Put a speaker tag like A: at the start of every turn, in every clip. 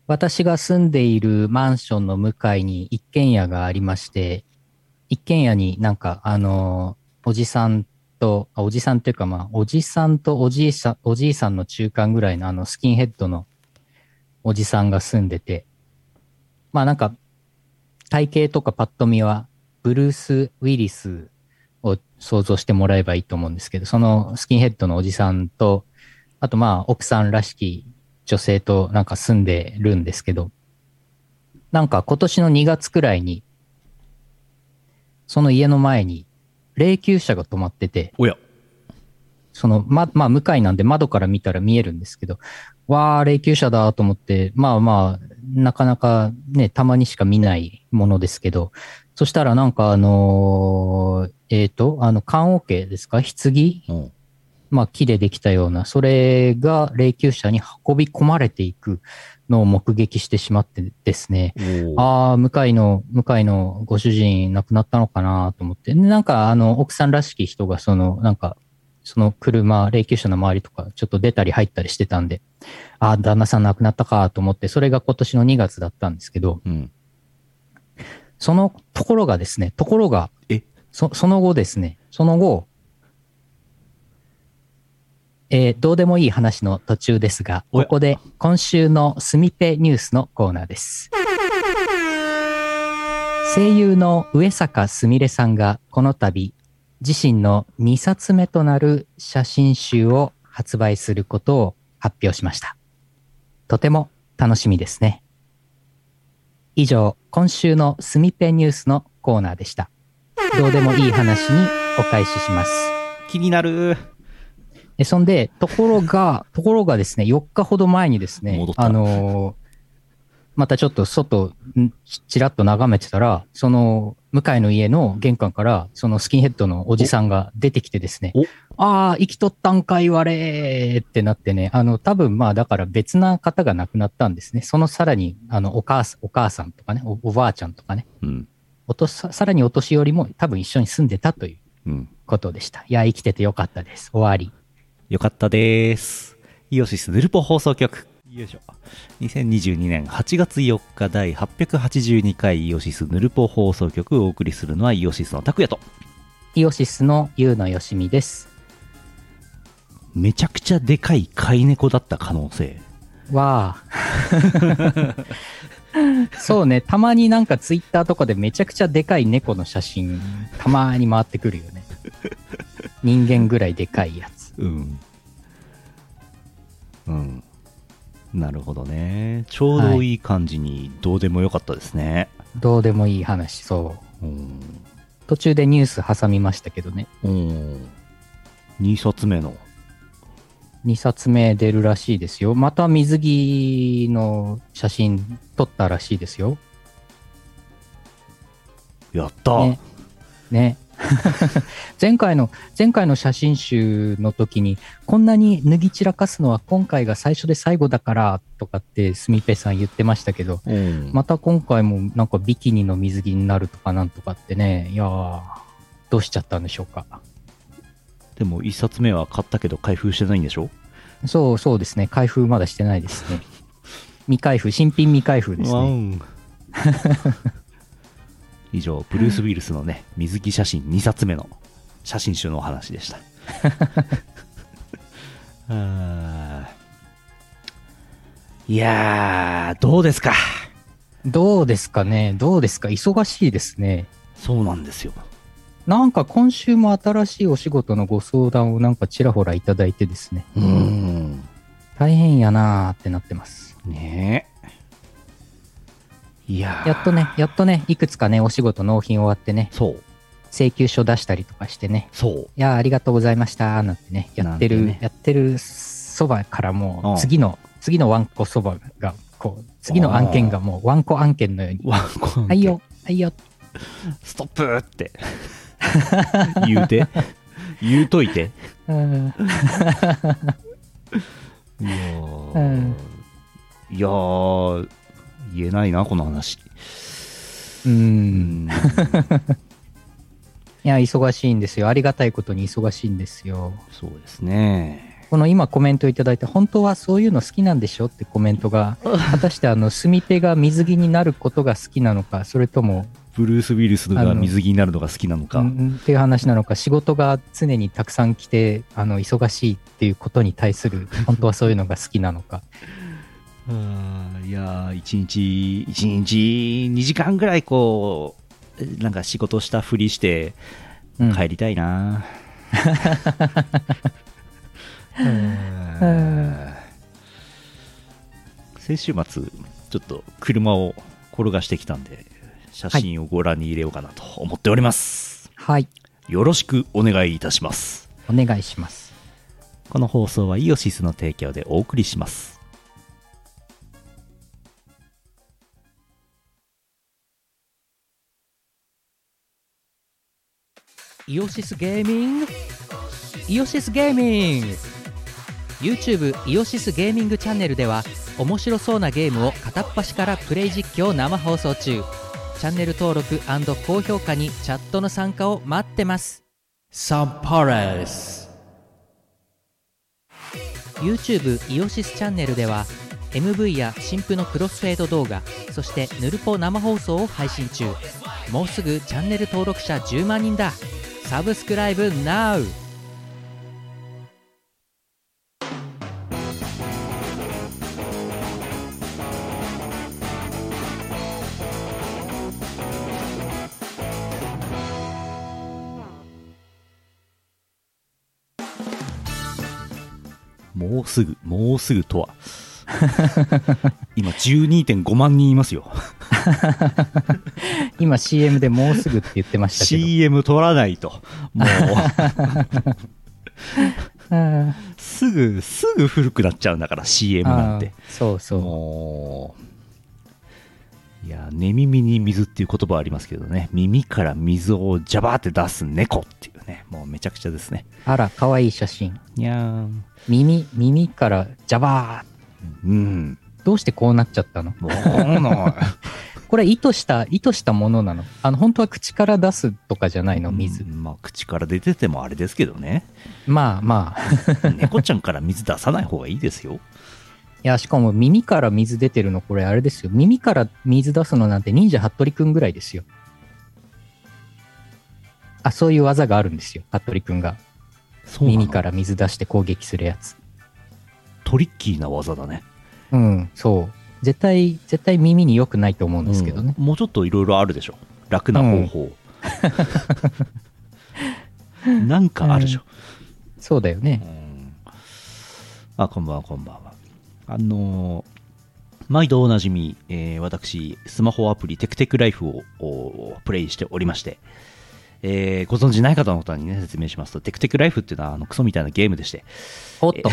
A: 私が住んでいるマンションの向かいに一軒家がありまして、一軒家になんか、おじさんと、おじさんっていうかまあ、おじさんとおじいさんの中間ぐらいのスキンヘッドのおじさんが住んでて、まあなんか、体型とかパッと見は、ブルース・ウィリスを想像してもらえばいいと思うんですけど、そのスキンヘッドのおじさんと、あとまあ、奥さんらしき女性となんか住んでるんですけど、なんか今年の2月くらいに、その家の前に霊柩車が止まってて、
B: おや。
A: まあ、向かいなんで窓から見たら見えるんですけど、わー、霊柩車だと思って、まあまあ、なかなかね、たまにしか見ないものですけど、そしたらなんか棺桶ですか棺
B: うん。
A: まあ、木でできたような、それが霊柩車に運び込まれていくのを目撃してしまってですね、
B: おー。
A: ああ、向かいのご主人亡くなったのかなと思って、でなんか奥さんらしき人がなんか、その車、霊柩車の周りとかちょっと出たり入ったりしてたんで、ああ、旦那さん亡くなったかと思って、それが今年の2月だったんですけど、
B: うん。
A: そのところがですね、
B: え、
A: その後ですね、その後、どうでもいい話の途中ですが、
B: おや。
A: ここで今週のスミペニュースのコーナーです。声優の上坂すみれさんがこの度、自身の2冊目となる写真集を発売することを発表しました。とても楽しみですね。以上、今週のスミペニュースのコーナーでした。どうでもいい話にお返しします。
B: 気になる。
A: そんで、ところがですね、4日ほど前にですね、
B: 戻った。
A: またちょっと外、ちらっと眺めてたら、その、向かいの家の玄関から、そのスキンヘッドのおじさんが出てきてですね、
B: お、
A: ああ、生きとったんかいわれーってなってね、多分まあだから別な方が亡くなったんですね。そのさらに、お母さんとかね、おばあちゃんとかね、
B: うん。
A: さらにお年寄りも多分一緒に住んでたという
B: うん。
A: ことでした。いや、生きててよかったです。終わり。
B: よかったです。イオシスヌルポ放送局。よいしょ。2022年8月4日第882回イオシスヌルポ放送局をお送りするのはイオシスの拓也と、
A: イオシスのユウのよしみです。
B: めちゃくちゃでかい飼い猫だった可能性。
A: わあ。そうね、たまになんかツイッターとかでめちゃくちゃでかい猫の写真、たまに回ってくるよね。人間ぐらいでかいやつ。
B: うん。うん。なるほどね。ちょうどいい感じにどうでもよかったですね。
A: どうでもいい話、そう。
B: うん。
A: 途中でニュース挟みましたけどね。
B: うん。2冊目の。
A: 2冊目出るらしいですよ。また水着の写真撮ったらしいですよ。
B: やった。
A: ね。ね。前回の写真集の時に、こんなに脱ぎ散らかすのは今回が最初で最後だからとかってスミペさん言ってましたけど、
B: うん。
A: また今回もなんかビキニの水着になるとかなんとかってね、いやー、どうしちゃったんでしょうか。
B: でも1冊目は買ったけど開封してないんでしょ？
A: そうですね。開封まだしてないですね。新品未開封ですね。
B: わん。以上、ブルース・ウィルスのね、水着写真2冊目の写真集のお話でした。いやー、どうですか？
A: どうですかね。どうですか。忙しいですね。
B: そうなんですよ。
A: なんか今週も新しいお仕事のご相談をなんかちらほらいただいてですね。大変やなーってなってます。
B: ねえ。いやー。
A: やっとね、いくつかね、お仕事納品終わってね、
B: そう。
A: 請求書出したりとかしてね、
B: そう。
A: いやーありがとうございましたーなんてね、やってるそばからもう次のワンコそばが、こう、次の案件がもうワンコ案件のように、
B: ワンコ案件。
A: はいよ、はいよ、
B: ストップって言うといて。いやー、いやー、言えないなこの話。
A: いや、忙しいんですよ。ありがたいことに忙しいんですよ。
B: そうですね。
A: この今コメントいただいて、本当はそういうの好きなんでしょってコメントが、果たして墨手が水着になることが好きなのか、それとも、
B: ブルース・ウィルスが水着になるのが好きなのか。
A: っていう話なのか、仕事が常にたくさん来て、忙しいっていうことに対する、本当はそういうのが好きなのか。
B: いやー、一日2時間ぐらいこう、なんか仕事したふりして帰りたいな、先週末ちょっと車を転がしてきたんで写真をご覧に入れようかなと思っております。
A: はい、
B: よろしくお願いいたします。
A: お願いします。
B: この放送はイオシスの提供でお送りします。
A: イオシスゲーミング、イオシスゲーミング。 YouTube イオシスゲーミングチャンネルでは面白そうなゲームを片っ端からプレイ実況生放送中。チャンネル登録&高評価にチャットの参加を待ってます。サンパレス YouTube イオシスチャンネルでは MV や新婦のクロスフェード動画、そしてヌルポ生放送を配信中。もうすぐチャンネル登録者10万人だ。サブスクライブ NOW。
B: もうすぐとは今 12.5 万人いますよ
A: 今 CM でもうすぐって言ってましたけど
B: CM 取らないともうすぐ古くなっちゃうんだから CM なんて。
A: そうそう。
B: もういや、寝耳に水っていう言葉ありますけどね、耳から水をジャバーって出す猫っていうね、もうめちゃくちゃですね。
A: あら、かわいい写真。
B: いやー、
A: 耳からジャバー。
B: うん。
A: どうしてこうなっちゃったの？
B: もうない
A: これ意図したものなの？本当は口から出すとかじゃないの？水。
B: まあ口から出ててもあれですけどね。
A: まあ
B: 猫ちゃんから水出さない方がいいですよ。
A: いや、しかも耳から水出てるの、これあれですよ。耳から水出すのなんて忍者服部くんぐらいですよ。そういう技があるんですよ、服部くんが。耳から水出して攻撃するやつ。
B: トリッキーな技だね。
A: うん、そう。絶対耳に良くないと思うんですけどね。
B: もうちょっといろいろあるでしょ。楽な方法。なんかあるでしょ。
A: そうだよね。
B: こんばんは、こんばんは。毎度おなじみ、私、スマホアプリテクテクライフをプレイしておりまして、ご存知ない方の方にね、説明しますと、テクテクライフっていうのはクソみたいなゲームでして、
A: おっと、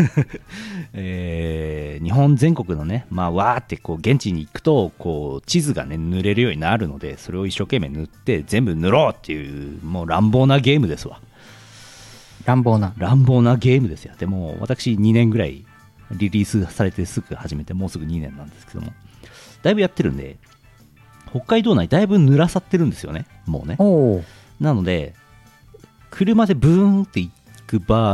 B: 日本全国のね、まあ、わーってこう現地に行くとこう地図がね塗れるようになるので、それを一生懸命塗って全部塗ろうっていう、もう乱暴なゲームですわ。乱暴なゲームですよ。でも私2年ぐらいリリースされてすぐ始めて、もうすぐ2年なんですけども、だいぶやってるんで、北海道内だいぶ濡らさってるんですよね、もうね。なので車でブーンって行く場合、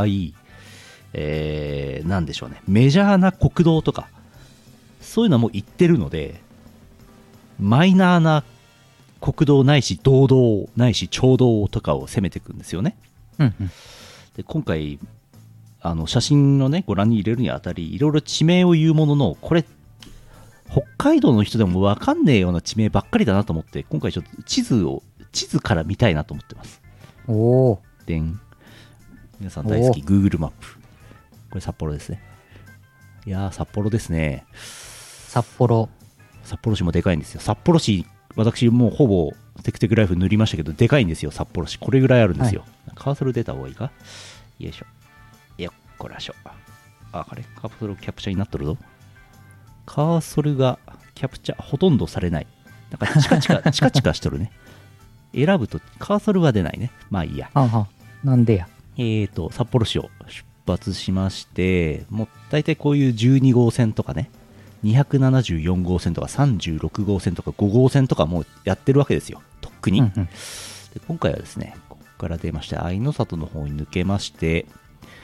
B: なんでしょうね、メジャーな国道とかそういうのも行ってるので、マイナーな国道ないし道道ないし町道とかを攻めていくんですよね。で今回写真のねご覧に入れるにあたり、いろいろ地名を言うものの、これ北海道の人でも分かんねえような地名ばっかりだなと思って、今回ちょっと地図から見たいなと思ってます。でん、皆さん大好き Google マップ。これ札幌ですね。いやー、札幌ですね。札幌市もでかいんですよ。札幌市、私もうほぼテクテクライフ塗りましたけど、でかいんですよ、札幌市。これぐらいあるんですよ。カーソル出た方がいいか。よいしょ。よっこらしょ。あれカーソルキャプチャーになっとるぞ。カーソルがキャプチャーほとんどされない。なんかチカチカしとるね。選ぶとカーソルは出ないね。まあいいや。なんでや。札幌市を出発しまして、もう大体こういう12号線とかね、274号線とか36号線とか5号線とかもやってるわけですよ、とっくに。で今回はですね、ここから出まして、愛の里の方に抜けまして、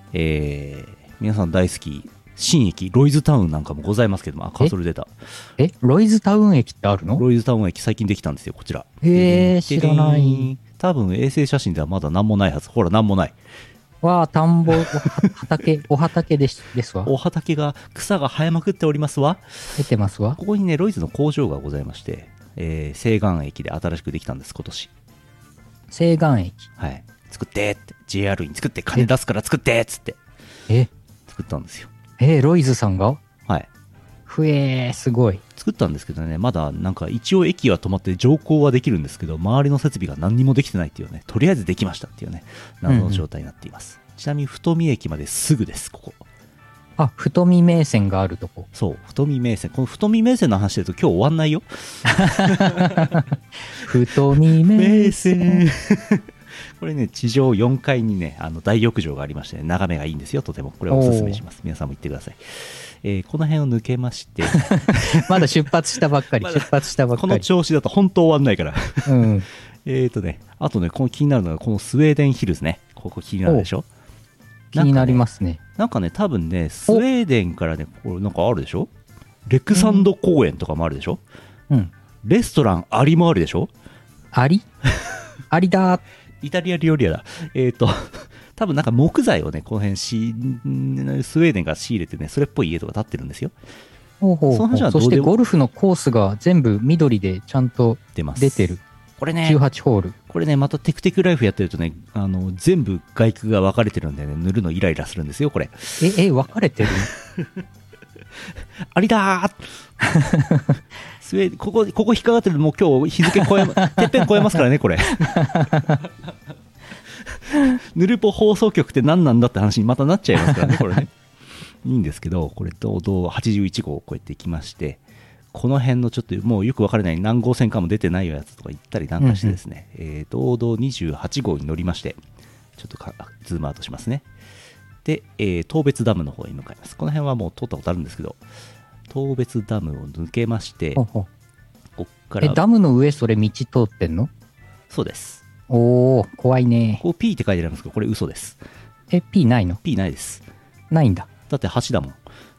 B: 皆さん大好き、新駅、ロイズタウンなんかもございますけども、カーソル出た。
A: ロイズタウン駅ってあるの？
B: ロイズタウン駅最近できたんですよ、こちら。
A: 知らない。
B: 多分衛星写真ではまだ何もないはず。ほら、何もない。
A: わあ、田んぼ、お畑ですわ。
B: お畑が草が生えまくっておりますわ。
A: 出てますわ。
B: ここにね、ロイズの工場がございまして、西岸駅で新しくできたんです、今年。
A: 西岸駅。
B: はい。作ってって、JR に作って、金出すから作ってっつって。作ったんですよ。
A: ロイズさんが？
B: はい。
A: すごい。
B: 作ったんですけどね、まだなんか一応駅は止まって乗降はできるんですけど、周りの設備が何にもできてないっていうね、とりあえずできましたっていうね、謎の状態になっています。ちなみに太見駅まですぐです、ここ。
A: あ、太見名線があるとこ。
B: そう、太見名線。この太見名線の話で言うと今日終わんないよ。
A: 太見名線。
B: これね、地上4階にね、大浴場がありまして、ね、眺めがいいんですよ、とても。これをおすすめします。皆さんも行ってください。この辺を抜けまして、
A: まだ出発したばっかり、
B: この調子だと本当終わんないから。
A: うん。
B: あとね、この気になるのが、このスウェーデンヒルズね。ここ気になるでしょ？
A: 気になりますね。
B: なんかね、多分ね、スウェーデンからね、これなんかあるでしょ？レクサンド公園とかもあるでしょ？
A: うん。
B: レストランアリもあるでしょ？
A: アリだ。
B: イタリア料理屋だ。多分なんか木材をね、この辺スウェーデンが仕入れてね、それっぽい家とか建ってるんですよ。
A: そしてゴルフのコースが全部緑でちゃんと出てる。
B: これね、
A: 18ホール。
B: これね、またテクテクライフやってるとね、全部外区が分かれてるんでね、塗るのイライラするんですよ、これ。
A: 分かれてる
B: ありだースウェーデン、ここ引っかかってるのもう今日日付てっぺん超えますからね、これ。ヌルポ放送局って何なんだって話にまたなっちゃいますからね、これね。いいんですけど、これ堂々81号をこうやって行きまして、この辺のちょっともうよく分からない何号線かも出てないやつとか行ったりなんかしてですね、堂々28号に乗りまして、ちょっとズームアウトしますね。で、当別ダムの方に向かいます。この辺はもう通ったことあるんですけど、当別ダムを抜けまして、こっから
A: ダムの上それ道通ってんの？
B: そうです。
A: おー、怖いね。
B: こう P って書いてありますけど、これ嘘です。
A: P ないの？
B: P ないです。
A: ないんだ。
B: だって橋だもん。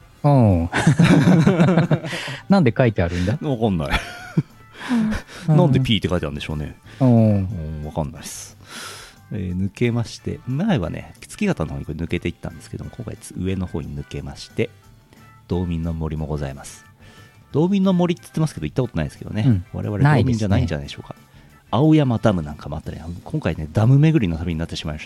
A: なんで書いてあるんだ？
B: わかんない。なんで P って書いてあるんでしょうね。わかんないです。抜けまして、前はね、月形の方にこれ抜けていったんですけども、今回上の方に抜けまして、道民の森もございます。道民の森って言ってますけど、行ったことないですけどね、我々道民じゃないんじゃないでしょうか。青山ダムなんかもあったり、今回ね、ダム巡りの旅になってしまいました。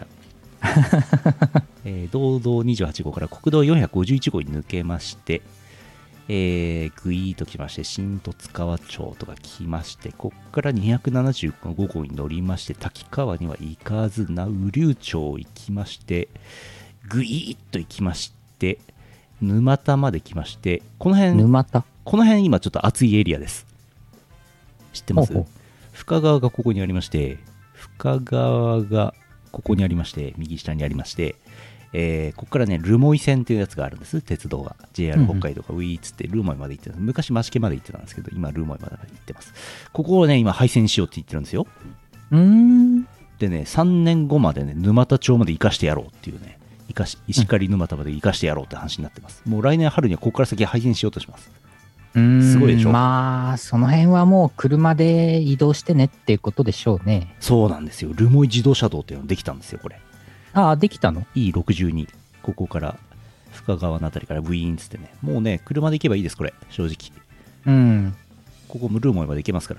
B: 道道28号から国道451号に抜けまして、ぐいーと来まして、新十津川町とか来まして、こっから275号に乗りまして、滝川には行かず、な雨竜町行きまして、ぐいーっと行きまして、沼田まで来まして、この辺今ちょっと暑いエリアです。知ってます？深川がここにありまして、深川がここにありまして、右下にありまして、ここからね、留萌線というやつがあるんです、鉄道が。JR 北海道がウィーっつって留萌まで行ってた。昔、増毛まで行ってたんですけど、今、留萌まで行ってます。ここをね、今、廃線しようって言ってるんですよ。でね、3年後までね、沼田町まで行かしてやろうっていうね、石狩沼田まで行かしてやろうって話になってます。もう来年春にはここから先廃線しようとします。すごいでしょ？
A: まあ、その辺はもう車で移動してねっていうことでしょうね。
B: そうなんですよ。留萌自動車道っていうのができたんですよ、これ。
A: ああ、できたの？
B: E62。ここから、深川のあたりからブイーンつってね。もうね、車で行けばいいです、これ。正直。ここ、留萌まで行けますから。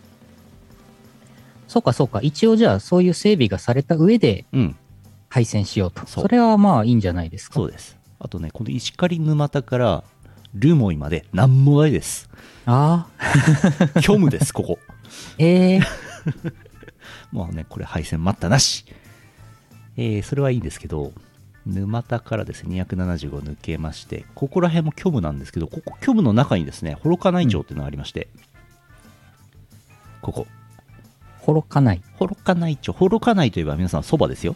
A: そうか、そうか。一応じゃあ、そういう整備がされた上で、廃線しようと。それはまあいいんじゃないですか。
B: そうです。あとね、この石狩沼田から、留萌まで何もないです。
A: あ
B: あ。虚無です、ここ。もうね、これ廃線待ったなし。それはいいんですけど、沼田からですね、275抜けまして、ここら辺も虚無なんですけど、ここ虚無の中にですね、幌加内町っていうのがありまして、ここ。
A: 幌加内。
B: 幌加内町。幌加内といえば皆さんそばですよ。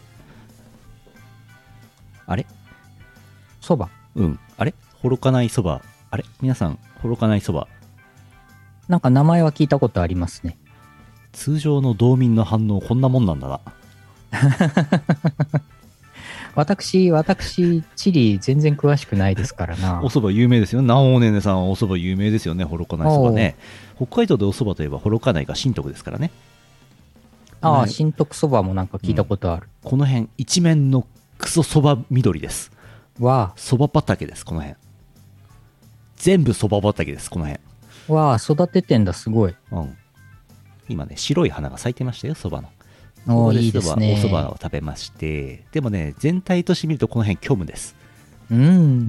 B: あれ？
A: そば。
B: あれ？幌加内そば。あれ？皆さん、幌加内そば。
A: なんか名前は聞いたことありますね。
B: 通常の道民の反応こんなもんなんだな。
A: 私、地理全然詳しくないですからな。
B: お蕎麦有名ですよ。なおねねさんはお蕎麦有名ですよね。幌加内そばね。北海道でお蕎麦といえば幌加内が新徳ですからね。
A: ああ、
B: ね
A: 新徳そばもなんか聞いたことある。
B: この辺一面のクソ蕎麦緑です。蕎麦畑です、この辺。全部蕎麦畑です、この辺。
A: わあ、育ててんだ、すごい。
B: うん。今ね、白い花が咲いてましたよ、蕎麦の。
A: おー、いいですね。
B: お蕎麦を食べまして、でもね、全体として見るとこの辺虚無です。
A: うん。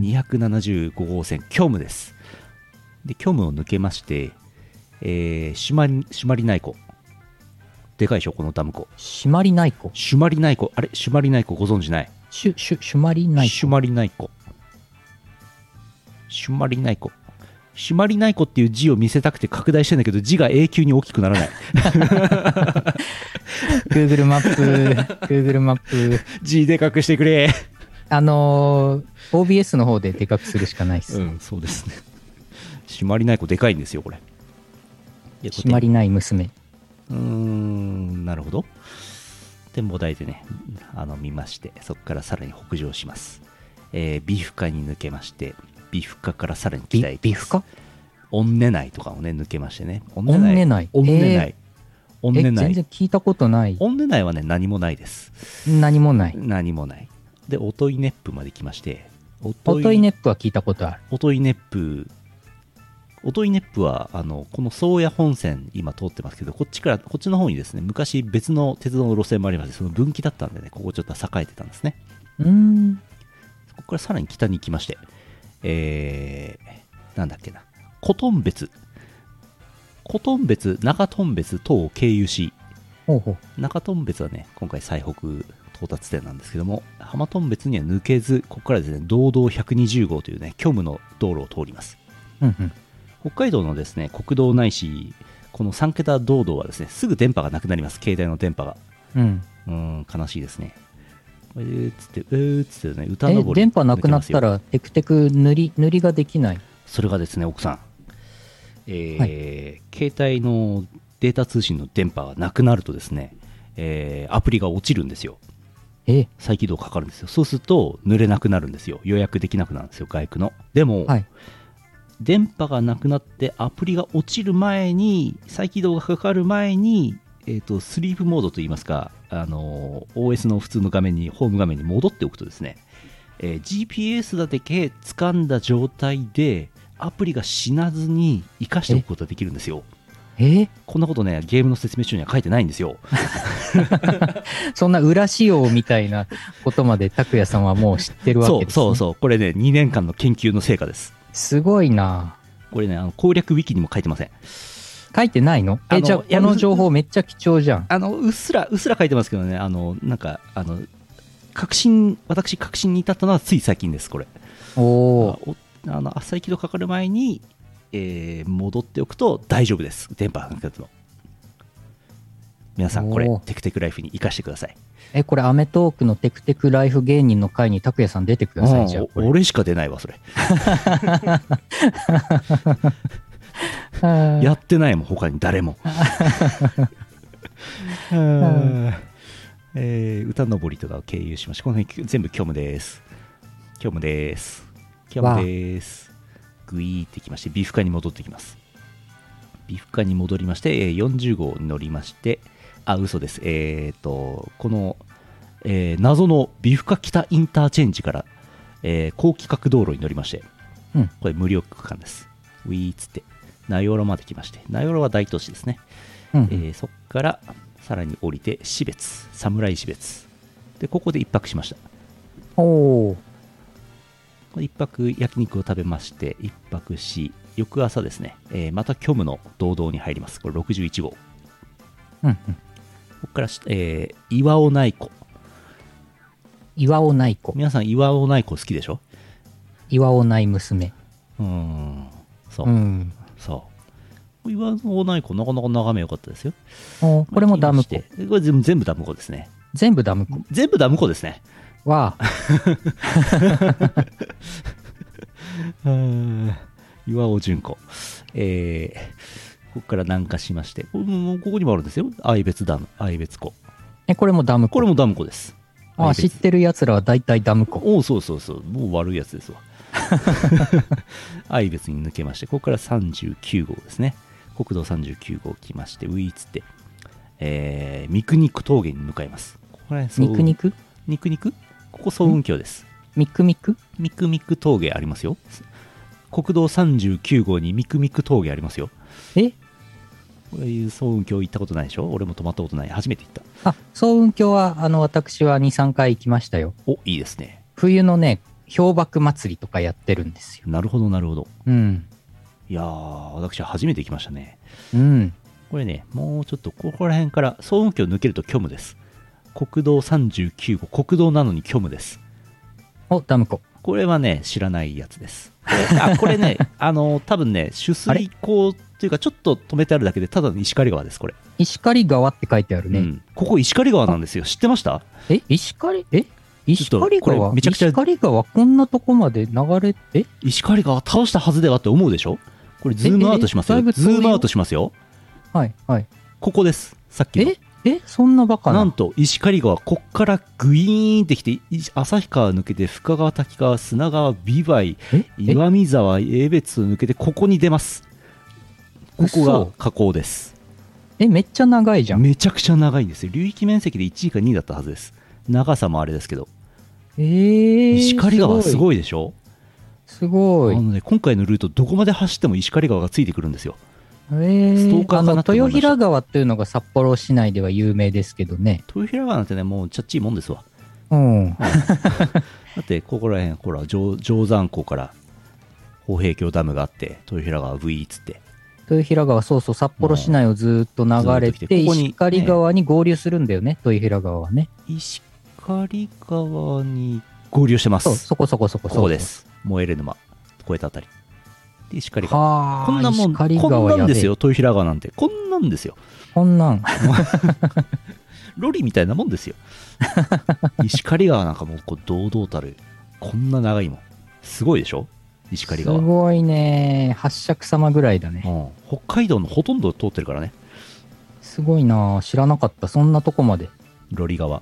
B: 275号線、虚無です。で、虚無を抜けまして、朱鞠内湖。でかいでしょ、このダム湖。
A: 朱鞠内湖。
B: 朱鞠内湖。あれ、朱鞠内湖ご存知ない？
A: 朱鞠内湖。
B: 朱鞠内湖。朱鞠内湖。朱鞠内湖っていう字を見せたくて拡大してんだけど、字が永久に大きくならない。
A: Google マップ。
B: 字でかくしてくれ。
A: OBS の方ででかくするしかないっす。
B: うん、そうですね。朱鞠内湖でかいんですよ、これ。
A: 朱鞠内娘。
B: なるほど。展望台でね、見まして、そこからさらに北上します。美深に抜けまして、美深からさらに北へ行きます。美深？恩根内とかをね、抜けましてね。
A: 恩根内。
B: 全
A: 然聞いたことない。
B: 恩根内はね、何もないです。
A: 何もない。
B: で、音井熱風まで来まして、
A: 音井熱風は聞いたことある。
B: 音井熱風は、この宗谷本線、今通ってますけど、こっちの方にですね、昔別の鉄道の路線もありまして、その分岐だったんでね、ここちょっと栄えてたんですね。そこからさらに北に行きまして、なんだっけな、中頓別等を経由し、中頓別はね、今回最北到達点なんですけども、浜頓別には抜けず、ここからですね、道道120号というね、虚無の道路を通ります。北海道のですね、国道ないし、この3桁道道はですね、すぐ電波がなくなります、携帯の電波が。悲しいですね。つってね、歌登り。
A: 電波なくなったら、テクテク塗りができない。
B: それがですね、奥さん、携帯のデータ通信の電波がなくなるとですね、アプリが落ちるんですよ。再起動かかるんですよ。そうすると、塗れなくなるんですよ。予約できなくなるんですよ、外区の。でも、電波がなくなってアプリが落ちる前に、再起動がかかる前に、スリープモードといいますか、OS の普通の画面に、ホーム画面に戻っておくとですね、GPS だけ掴んだ状態で、アプリが死なずに生かしておくことができるんですよ。こんなことね、ゲームの説明書には書いてないんですよ。
A: そんな裏仕様みたいなことまで拓也さんはもう知ってるわけですね。
B: そう。これね、2年間の研究の成果です。
A: すごいな。
B: これね、攻略ウィキにも書いてません。
A: 書いてないの？じゃあ、この情報めっちゃ貴重じゃん。
B: うっすら書いてますけどね、なんか、確信に至ったのはつい最近です、これ。再起動かかる前に、戻っておくと大丈夫です、電波がなくなっても。皆さん、これ、テクテクライフに生かしてください。
A: これ、アメトークのテクテクライフ芸人の会に拓也さん出てください、じゃあ。
B: 俺しか出ないわ、それ。やってないもん、他に誰も。歌登りとかを経由しまして、この辺全部虚無です。グイーってきまして、美深に戻ってきます。美深に戻りまして、40号に乗りまして、嘘です。この、謎の美深北インターチェンジから、高規格道路に乗りまして、これ無料区間です。ウィーっつって、名寄まで来まして、名寄は大都市ですね。そこからさらに降りて、侍標津。で、ここで一泊しました。一泊焼肉を食べまして、一泊し、翌朝ですね、また虚無の道道に入ります。これ61号。ここから、岩尾内湖。皆さん、岩尾内湖好きでしょ？
A: 岩尾内娘。
B: そう。岩尾内湖、なかなか眺め良かったですよ。
A: これもダム湖。
B: これ全部ダム湖ですね。
A: 全部ダム湖
B: ですね。
A: わあ。
B: 岩尾純子。ここから南下しまして、ここにもあるんですよ。愛別ダム、愛別湖。
A: これもダム湖。
B: これもダム湖です。
A: あ、知ってる奴らは大体ダム湖。
B: おお、そうそうそう。もう悪いやつですわ。愛別に抜けまして、ここから39号ですね。国道39号来まして、ウィーつって、三国区峠に向かいます。これ
A: ミクニク
B: 肉肉ここ総運橋です。
A: ミクミク
B: ミクミク峠ありますよ。国道39号にミクミク峠ありますよ。
A: え
B: こういう総運橋行ったことないでしょ。俺も泊まったことない。初めて行った。
A: あ、総運橋は、私は2、3回行きましたよ。
B: お、いいですね。
A: 冬のね、氷瀑祭りとかやってるんですよ。
B: なるほど、なるほど。
A: うん。
B: いやー、私は初めて行きましたね。
A: うん。
B: これね、もうちょっとここら辺から総運橋抜けると虚無です。国道39号、国道なのに虚無です。
A: お、ダム湖。
B: これはね、知らないやつです。これね、多分ね、取水口っていうか、ちょっと止めてあるだけで、ただの石狩川です、これ。
A: 石狩川って書いてあるね。
B: うん、ここ石狩川なんですよ。知ってました？
A: 石狩
B: これ
A: 川
B: めちゃくちゃ
A: 石狩川こんなとこまで流れて、
B: 石狩川倒したはずではって思うでしょ。これズームアウトしますよ。
A: だいぶ遠いよ
B: ズームアウトしますよ。
A: はい、はい。
B: ここです。さっきの。
A: そんなバカな。
B: なんと石狩川、こっからグイーンってきて、旭川抜けて深川、滝川、砂川、美唄、岩見沢、江別抜けてここに出ます。ここが河口です。
A: めっちゃ長いじゃん。
B: めちゃくちゃ長いんですよ。流域面積で1位か2位だったはずです。長さもあれですけど。石狩川すごいでしょ。
A: すごい。
B: 今回のルートどこまで走っても石狩川がついてくるんですよ。スト
A: ー
B: カーかなって思いました。
A: 豊平川っていうのが札幌市内では有名ですけどね。
B: 豊平川なんてね、もうちゃっちいもんですわ。
A: うん。
B: だってここら辺、ほら、定山湖から豊平峡ダムがあって、豊平川 V っつって。
A: 豊平川、そうそう、札幌市内をずっと流れて、
B: ここに
A: 石狩川に合流するんだよね、豊平川はね。
B: 石狩川に合流してます。
A: そこ。こ
B: こです。燃える沼、越えたあたり。で石狩
A: 川。
B: こんなもん、こんなんですよ、豊平川なんて。こんなんですよ。
A: こんなん。
B: ロリみたいなもんですよ。石狩川なんかもう堂々たる。こんな長いもん。すごいでしょ石狩川。
A: すごいね。八尺様ぐらいだね。
B: 北海道のほとんど通ってるからね。
A: すごいな。知らなかった。そんなとこまで。
B: ロリ川。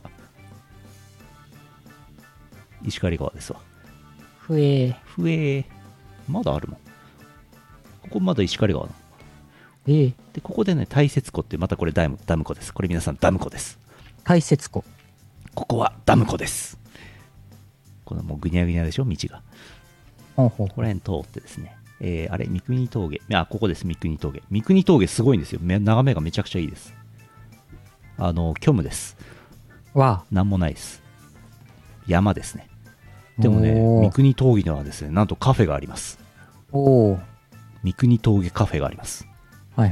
B: 石狩川ですわ。
A: ふえ
B: ー。まだあるもん。ここまだ石狩川なの。で、ここでね、大雪湖って、またこれダム湖です。これ皆さんダム湖です。
A: 大雪湖。
B: ここはダム湖です。このもうぐにゃぐにゃでしょ、道が。ここら辺通ってですね。あれ、三国峠。ここです、三国峠。三国峠すごいんですよ。眺めがめちゃくちゃいいです。虚無です。なんもないです。山ですね。でもね、三国峠にはですね、なんとカフェがあります。三国峠カフェがあります。
A: はい。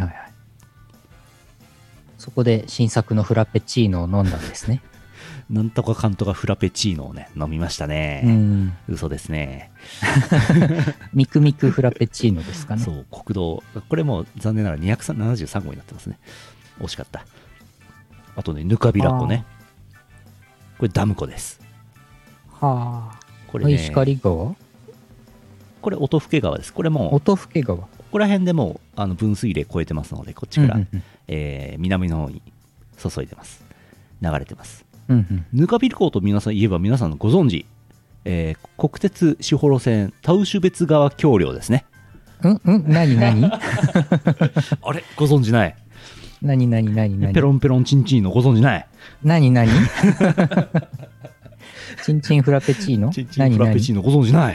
A: そこで新作のフラペチーノを飲んだんですね。
B: なんとかかんとかフラペチーノをね、飲みましたね。嘘ですね。
A: ミクミクフラペチーノですかね。
B: そう、国道。これも残念ながら273号になってますね。惜しかった。あとね、ぬかびら湖ね。これダム湖です。
A: はあ。
B: これね、
A: 石狩川？
B: これ音更川です。これもう
A: 音更川。
B: ここら辺でもう分水嶺超えてますので、こっちから、南の方に注いでます。流れてます。ぬかびら湖と皆さん言えば皆さんご存知、国鉄士幌線田牛別川橋梁ですね。
A: 何
B: あれご存知ない？
A: 何
B: ペロンペロンチンチンのご存知ない？
A: 何チンチンフラペチーノ？
B: チンチンフラペチーノご存知ない？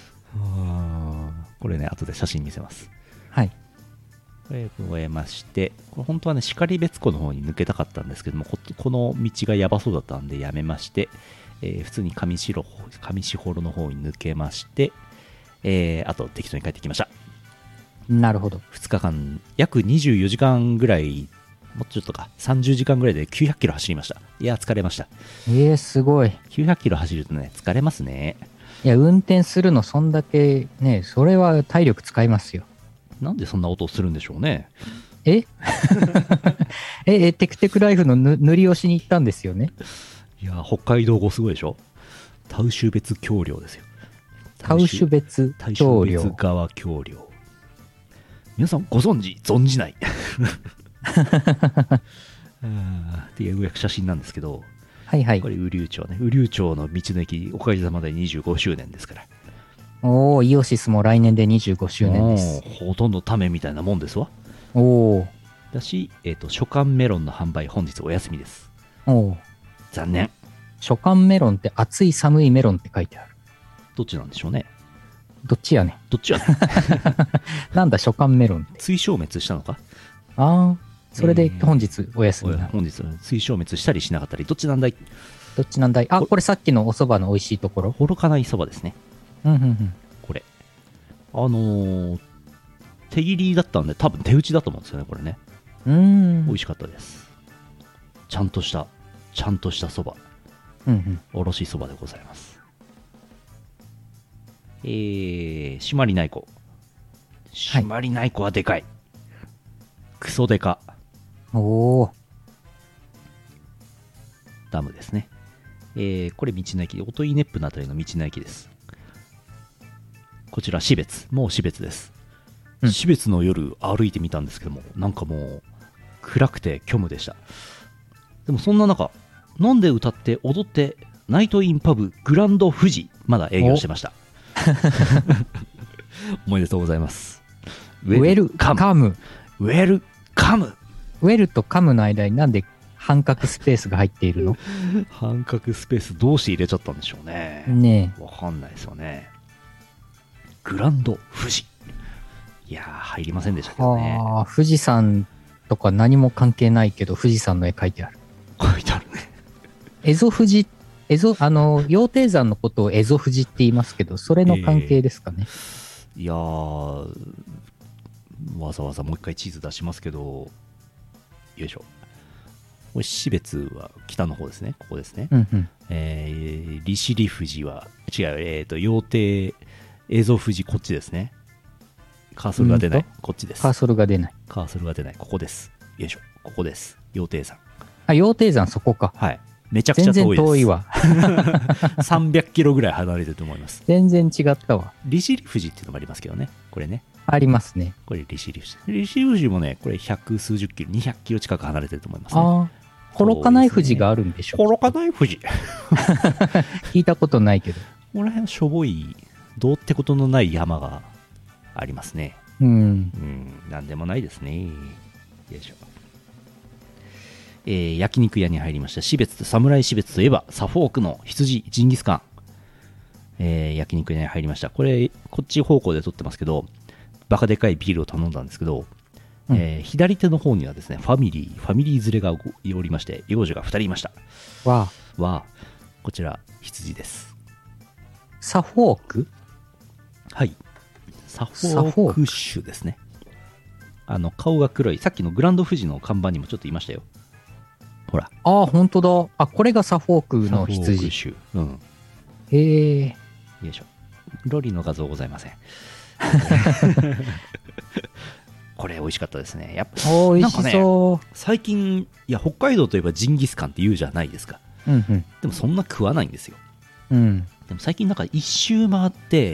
B: これね、後で写真見せます。
A: はい。
B: これを終えまして、これ本当はね、然別湖の方に抜けたかったんですけども、この道がやばそうだったんでやめまして、普通に上士幌の方に抜けまして、あと適当に帰ってきました。
A: なるほど。
B: 2日間、約24時間ぐらい、もうちょっとか、30時間ぐらいで900キロ走りました。いや、疲れました。
A: すごい。
B: 900キロ走るとね、疲れますね。
A: いや、運転するのそんだけね、それは体力使いますよ。
B: なんでそんな音をするんでしょうね。
A: テクテクライフの塗り押しに行ったんですよね。
B: いや、北海道語すごいでしょ。田牛別橋梁ですよ。
A: 田牛別橋梁。
B: 川橋梁。皆さんご存じないっていうようやく写真なんですけど、
A: はいはい
B: こ。れ雨竜町ね。雨竜町の道の駅、おかげさまで25周年ですから。
A: おお、イオシスも来年で25周年です。
B: ほとんどためみたいなもんですわ。
A: おお。
B: だし、初夏メロンの販売本日お休みです。
A: おお。
B: 残念。
A: 初夏メロンって暑い寒いメロンって書いてある。
B: どっちなんでしょうね。
A: どっちやねん。
B: どっちやね
A: なんだ初夏メロンって。
B: 追消滅したのか。
A: ああ、それで本日お休みなの。
B: 本日追消滅したりしなかったり、どっちなんだい。
A: どっちなんだい。あ、これさっきのお蕎麦の美味しいところ。
B: ほろかないそばですね。
A: うんうんうん。
B: これ手切りだったんで多分手打ちだと思うんですよね、これね。美味しかったです。ちゃんとしたそば、
A: うんうん、
B: おろしそばでございます。締まりない子、締まりない子はでかい、クソでか。
A: おお。
B: ダムですね。これ道の駅で、音井ネップのあたりの道の駅です。こちら標別、もう標別です。標別の夜歩いてみたんですけども、なんかもう暗くて虚無でした。でもそんな中、飲んで歌って踊ってナイトインパブグランド富士まだ営業してました。おめでとうございます。
A: ウェルカム。
B: ウェルカム。
A: ウェルとカムの間になんで半角スペースが入っているの？
B: 半角スペースどうして入れちゃったんでしょうね。
A: ね
B: え。わかんないですよね。グランド富士。いやー、入りませんでしたけどね。
A: ああ、富士山とか何も関係ないけど、富士山の絵描いてある。
B: 書いてあるね。
A: 蝦夷富士、羊蹄山のことを蝦夷富士って言いますけど、それの関係ですかね。
B: いやー、わざわざもう一回地図出しますけど、よいしょ。これ標別は北の方ですね。ここですね。
A: うんうん、
B: 利尻富士は違う。羊蹄蝦夷富士こっちですね。カーソルが出ない。こっちです。
A: カーソルが出ない。
B: カーソルが出ない。ここです。よいしょ。ここです。羊蹄山。
A: あ、羊蹄山そこか。
B: はい。めちゃくちゃ遠いです。
A: 全然遠いわ。
B: 300キロぐらい離れてると思います。
A: 全然違ったわ。
B: 利尻富士っていうのもありますけどね。これね。
A: ありますね。
B: これ利尻富士。利尻富士もね、これ百数十キロ、200キロ近く離れてると思いますね。
A: ああ。幌加内富士があるんでしょ。
B: 幌加内富士。
A: 聞いたことないけど。
B: ここら辺しょぼい、どうってことのない山がありますね。
A: うん。
B: なんでもないですね。よいしょ。焼肉屋に入りました。標津、侍標津といえば、サフォークの羊、ジンギスカン。焼肉屋に入りました。これ、こっち方向で撮ってますけど、バカでかいビールを頼んだんですけど、左手の方にはですね、ファミリー連れがおりまして、幼女が2人いました。こちら、羊です。
A: サフォーク？
B: はい。サフォーク種ですね。顔が黒い。さっきのグランド富士の看板にもちょっといましたよ。ほら。
A: ああ、本当だ。あ、これがサフォークの羊。
B: サフォーク種。うん。
A: へえ。
B: よいしょ。ロリの画像ございません。これ美味しかったですね。やっぱ
A: 美味しそう、
B: ね。最近、いや、北海道といえばジンギスカンって言うじゃないですか。
A: うんうん。
B: でもそんな食わないんですよ。
A: うん。
B: でも最近なんか一周回って、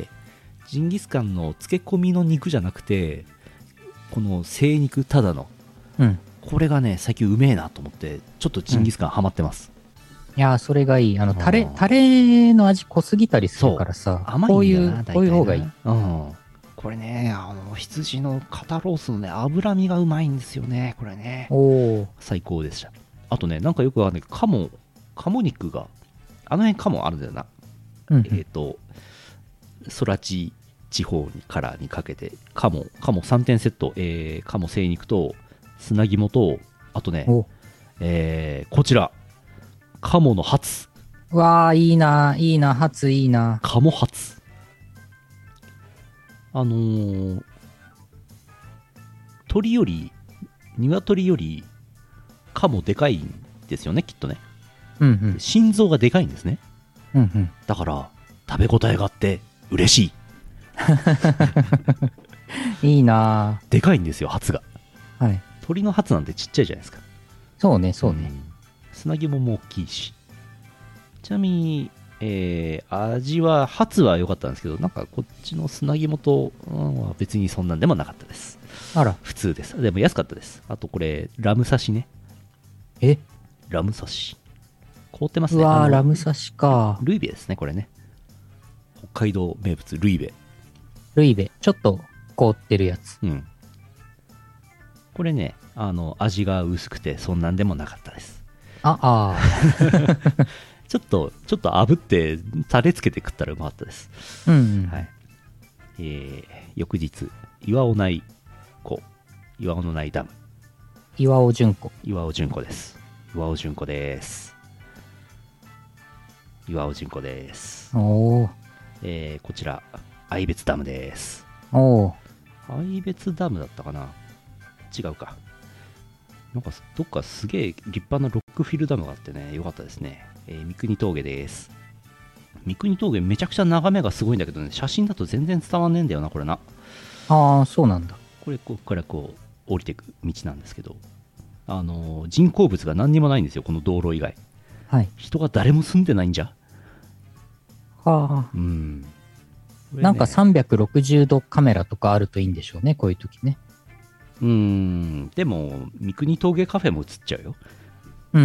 B: ジンギスカンの漬け込みの肉じゃなくて、この精肉ただの、これがね最近うめえなと思って、ちょっとジンギスカンハマってます、
A: いやー、それがいい。タレの味濃すぎたりするからさ、
B: 甘い
A: こういう方がいい。
B: これね、羊の肩ロースのね、脂身がうまいんですよね、これね。最高でした。あとね、なんかよくわかんないけど、鴨肉が、あの辺鴨あるんだよな。空知地方からにかけて、鴨3点セット、鴨精肉と砂肝と、あとね、こちら、鴨のハツ。
A: わー、いいな、いいな、ハツいいな。
B: 鴨ハツ。鶏より、鶏より、鴨でかいんですよね、きっとね。心臓がでかいんですね。だから、食べ応えがあって、嬉し
A: い。いいな。
B: でかいんですよ、ハツが。
A: はい。
B: 鶏のハツなんてちっちゃいじゃないですか。
A: そうね、そうね。
B: 砂肝も大きいし。ちなみに、味は、ハツは良かったんですけど、なんかこっちの砂肝と、別にそんなんでもなかったです。
A: あら。
B: 普通です。でも安かったです。あとこれ、ラム刺しね。
A: ラ
B: ム刺し。 凍ってますね。
A: うわー、ラムサシか。
B: ルイベですね、これね。北海道名物、ルイベ。
A: ルイベ。ちょっと凍ってるやつ。
B: うん。これね、味が薄くて、そんなんでもなかったです。
A: あ。
B: ちょっと炙って、タレつけて食ったらうまかったです。
A: うん、うん。
B: はい。翌日、岩尾内湖、岩尾の内ダム。
A: 岩尾純子。
B: 岩尾純子です。岩尾純子です。岩尾純子です。
A: お
B: こちら、愛別ダムです。
A: お。
B: 愛別ダムだったかな、違うか。なんかどっかすげえ立派なロックフィルダムがあってね、よかったですね。三国峠です。三国峠めちゃくちゃ眺めがすごいんだけどね、写真だと全然伝わんねえんだよな、これな。
A: ああ、そうなんだ。
B: これ、ここからこう、降りていく道なんですけど、人工物が何にもないんですよ、この道路以外。
A: はい。
B: 人が誰も住んでないんじゃ。
A: はあ。
B: うん。これね、
A: なんか360度カメラとかあるといいんでしょうね、こういう時ね。
B: でも、三国峠カフェも映っちゃうよ。
A: うん。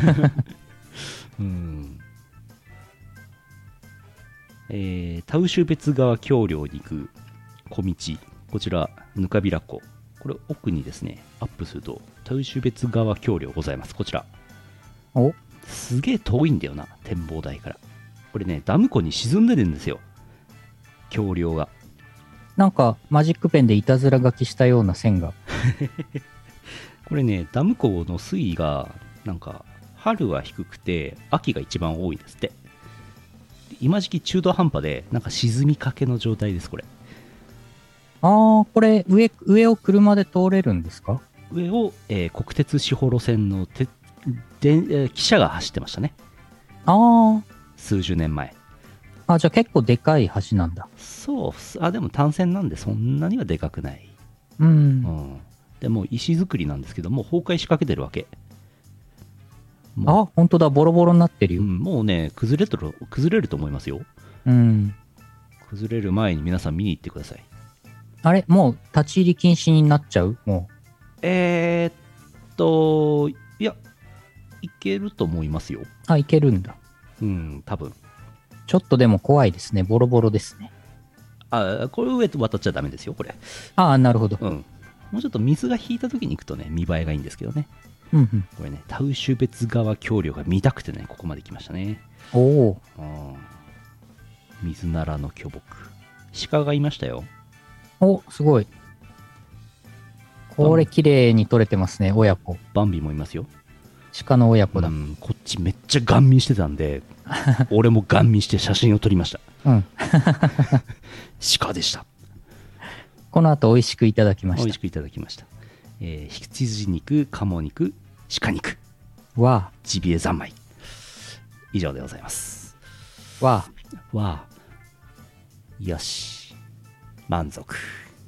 B: 田牛別川橋梁に行く小道、こちら、ぬかびら湖。これ、奥にですね、アップすると、田牛別川橋梁ございます。こちら。
A: お、
B: すげえ遠いんだよな、展望台から。これね、ダム湖に沈んでるんですよ、橋梁が。
A: なんかマジックペンでいたずら書きしたような線が。
B: これね、ダム湖の水位が、なんか、春は低くて、秋が一番多いですって。今時期中途半端で、なんか沈みかけの状態です、これ。
A: ああ、これ上を車で通れるんですか？
B: 上を、国鉄士幌線の汽車が走ってましたね。
A: あ
B: 数十年前。
A: あ。じゃあ結構でかい橋なんだ。
B: そう、でも単線なんでそんなにはでかくない。
A: うん。
B: でも石造りなんですけども、崩壊しかけてるわけ。
A: あ、本当だ、ボロボロになってるよ。
B: もうね、崩れると思いますよ。
A: うん。
B: 崩れる前に皆さん見に行ってください。
A: あれ、もう立ち入り禁止になっちゃう？も
B: いや、いけると思いますよ。
A: う。あ、いけるんだ。
B: 多分。
A: ちょっとでも怖いですね。ボロボロですね。
B: これ上渡っちゃダメですよ、これ。
A: ああ、なるほど。
B: もうちょっと水が引いた時に行くとね、見栄えがいいんですけどね。これね、田牛別川橋梁が見たくてね、ここまで来ましたね。
A: おお。
B: 水ならの巨木。鹿がいましたよ。
A: お、すごい。これ綺麗に撮れてますね、親子。
B: バンビもいますよ。
A: 鹿の親子だ。
B: こっちめっちゃガン見してたんで、俺もガン見して写真を撮りました。鹿でした。
A: この後美味しくいただきました。
B: 美味しくいただきました。羊肉、鴨肉、鹿肉。
A: わあ。
B: ジビエ三昧。以上でございます。
A: わ
B: あ。よし。満足。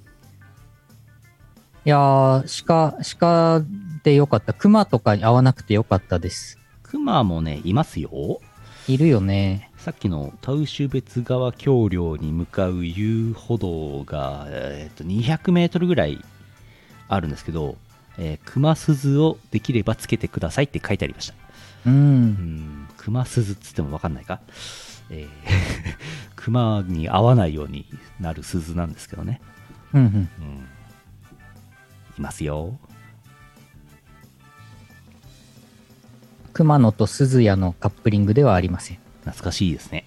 A: いやー、鹿でよかった。熊とかに会わなくてよかったです。
B: 熊もね、いますよ。
A: いるよね。
B: さっきの田牛別川橋梁に向かう遊歩道が、200メートルぐらいあるんですけど、熊鈴をできればつけてくださいって書いてありました。熊鈴っつっても分かんないか。熊に合わないようになる鈴なんですけどね。いますよ。
A: 熊野と鈴谷のカップリングではありません。
B: 懐かしいですね。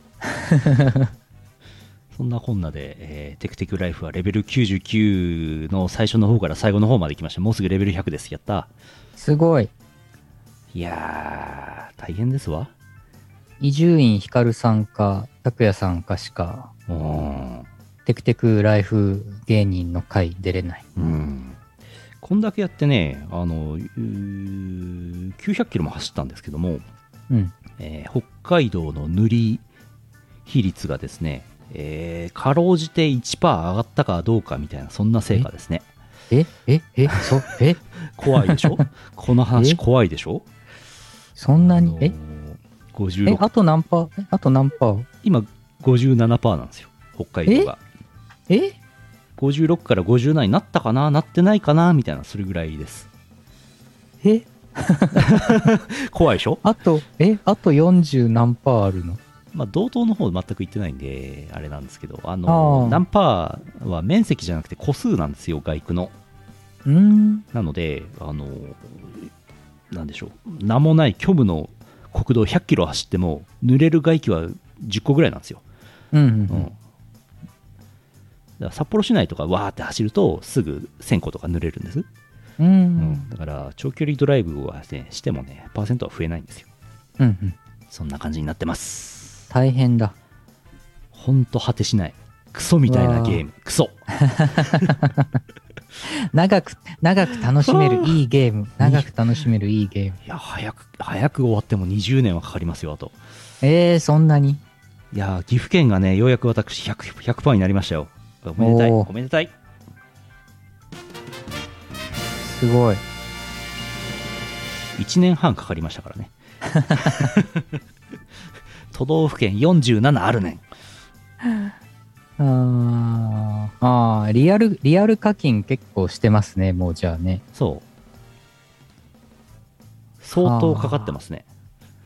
B: そんなこんなで、テクテクライフはレベル99の最初の方から最後の方まで来ました。もうすぐレベル100です。やった。
A: すごい。
B: いやー、大変ですわ。
A: 伊集院光さんか、拓也さんかしか、テクテクライフ芸人の回出れない。
B: こんだけやってね、900キロも走ったんですけども、北海道の塗り比率がですね、かろうじて 1% 上がったかどうかみたいな、そんな成果ですね。怖いでしょこの話怖いでしょ。
A: そんなに
B: 56。
A: あと何パー？
B: 今 57% なんですよ、北海道が。56から57になったかな、なってないかなみたいな、それぐらいです。 怖いでしょ。
A: あと40何パーあるの？
B: まあ、同等の方全く言ってないんで、あれなんですけど、
A: ー
B: 何パーは面積じゃなくて個数なんですよ、街区の。なので、なんでしょう、名もない虚無の国道100キロ走っても、濡れる外気は10個ぐらいなんですよ。だから札幌市内とかわーって走ると、すぐ1000個とか濡れるんです。だから、長距離ドライブは、ね、してもね、パーセントは増えないんですよ。そんな感じになってます。
A: 大変だ。
B: ほんと果てしない。クソみたいなゲーム。クソ。
A: 長く楽しめるいいゲーム。長く楽しめるいいゲーム。
B: いや、早く終わっても20年はかかりますよ、あと。
A: そんなに？
B: いや、岐阜県がね、ようやく私 100% になりましたよ。おめでたい。おめでたい。
A: すごい。
B: 1年半かかりましたからね。都道府県47あるねん。
A: リアル課金結構してますね、もうじゃあね。
B: そう。相当かかってますね。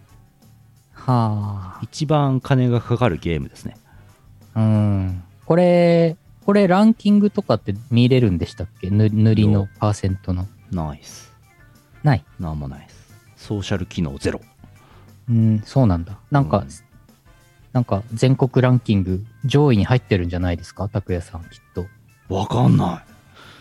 B: 一番金がかかるゲームですね。
A: これランキングとかって見れるんでしたっけ？塗りのパーセントの。
B: ナイス。
A: ない。
B: なんもないです。ソーシャル機能ゼロ。
A: そうなんだ。なんか全国ランキング上位に入ってるんじゃないですか、拓也さん、きっと。
B: わかんない。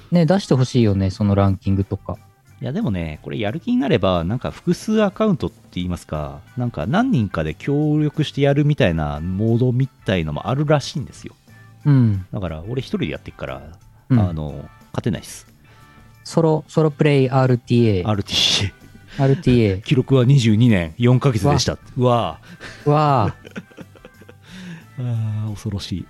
A: ね、出してほしいよね、そのランキングとか。
B: いや、でもね、これやる気になれば、なんか複数アカウントって言いますか、なんか何人かで協力してやるみたいなモードみたいのもあるらしいんですよ。だから、俺一人でやってっから、勝てないっす。
A: ソロプレイ RTA。
B: 記録は22年4ヶ月でした。うわ
A: ぁ。
B: 恐ろしい。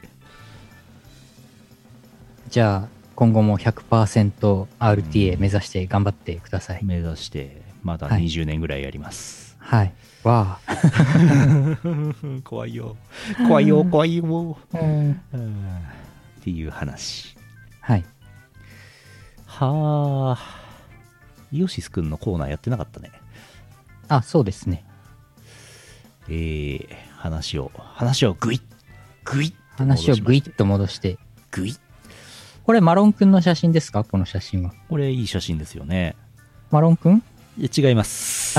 A: じゃあ今後も 100% RTA 目指して頑張ってください。
B: 目指してまだ20年ぐらいやります。
A: はい。わあ。
B: 怖いよ。っていう話。
A: はい。
B: はあ。イオシスくんのコーナーやってなかったね。
A: そうですね。
B: 話をグイッ
A: と戻して。
B: グイッ。
A: これマロンくんの写真ですか？この写真は。
B: これいい写真ですよね。
A: マロンくん？
B: いや違います。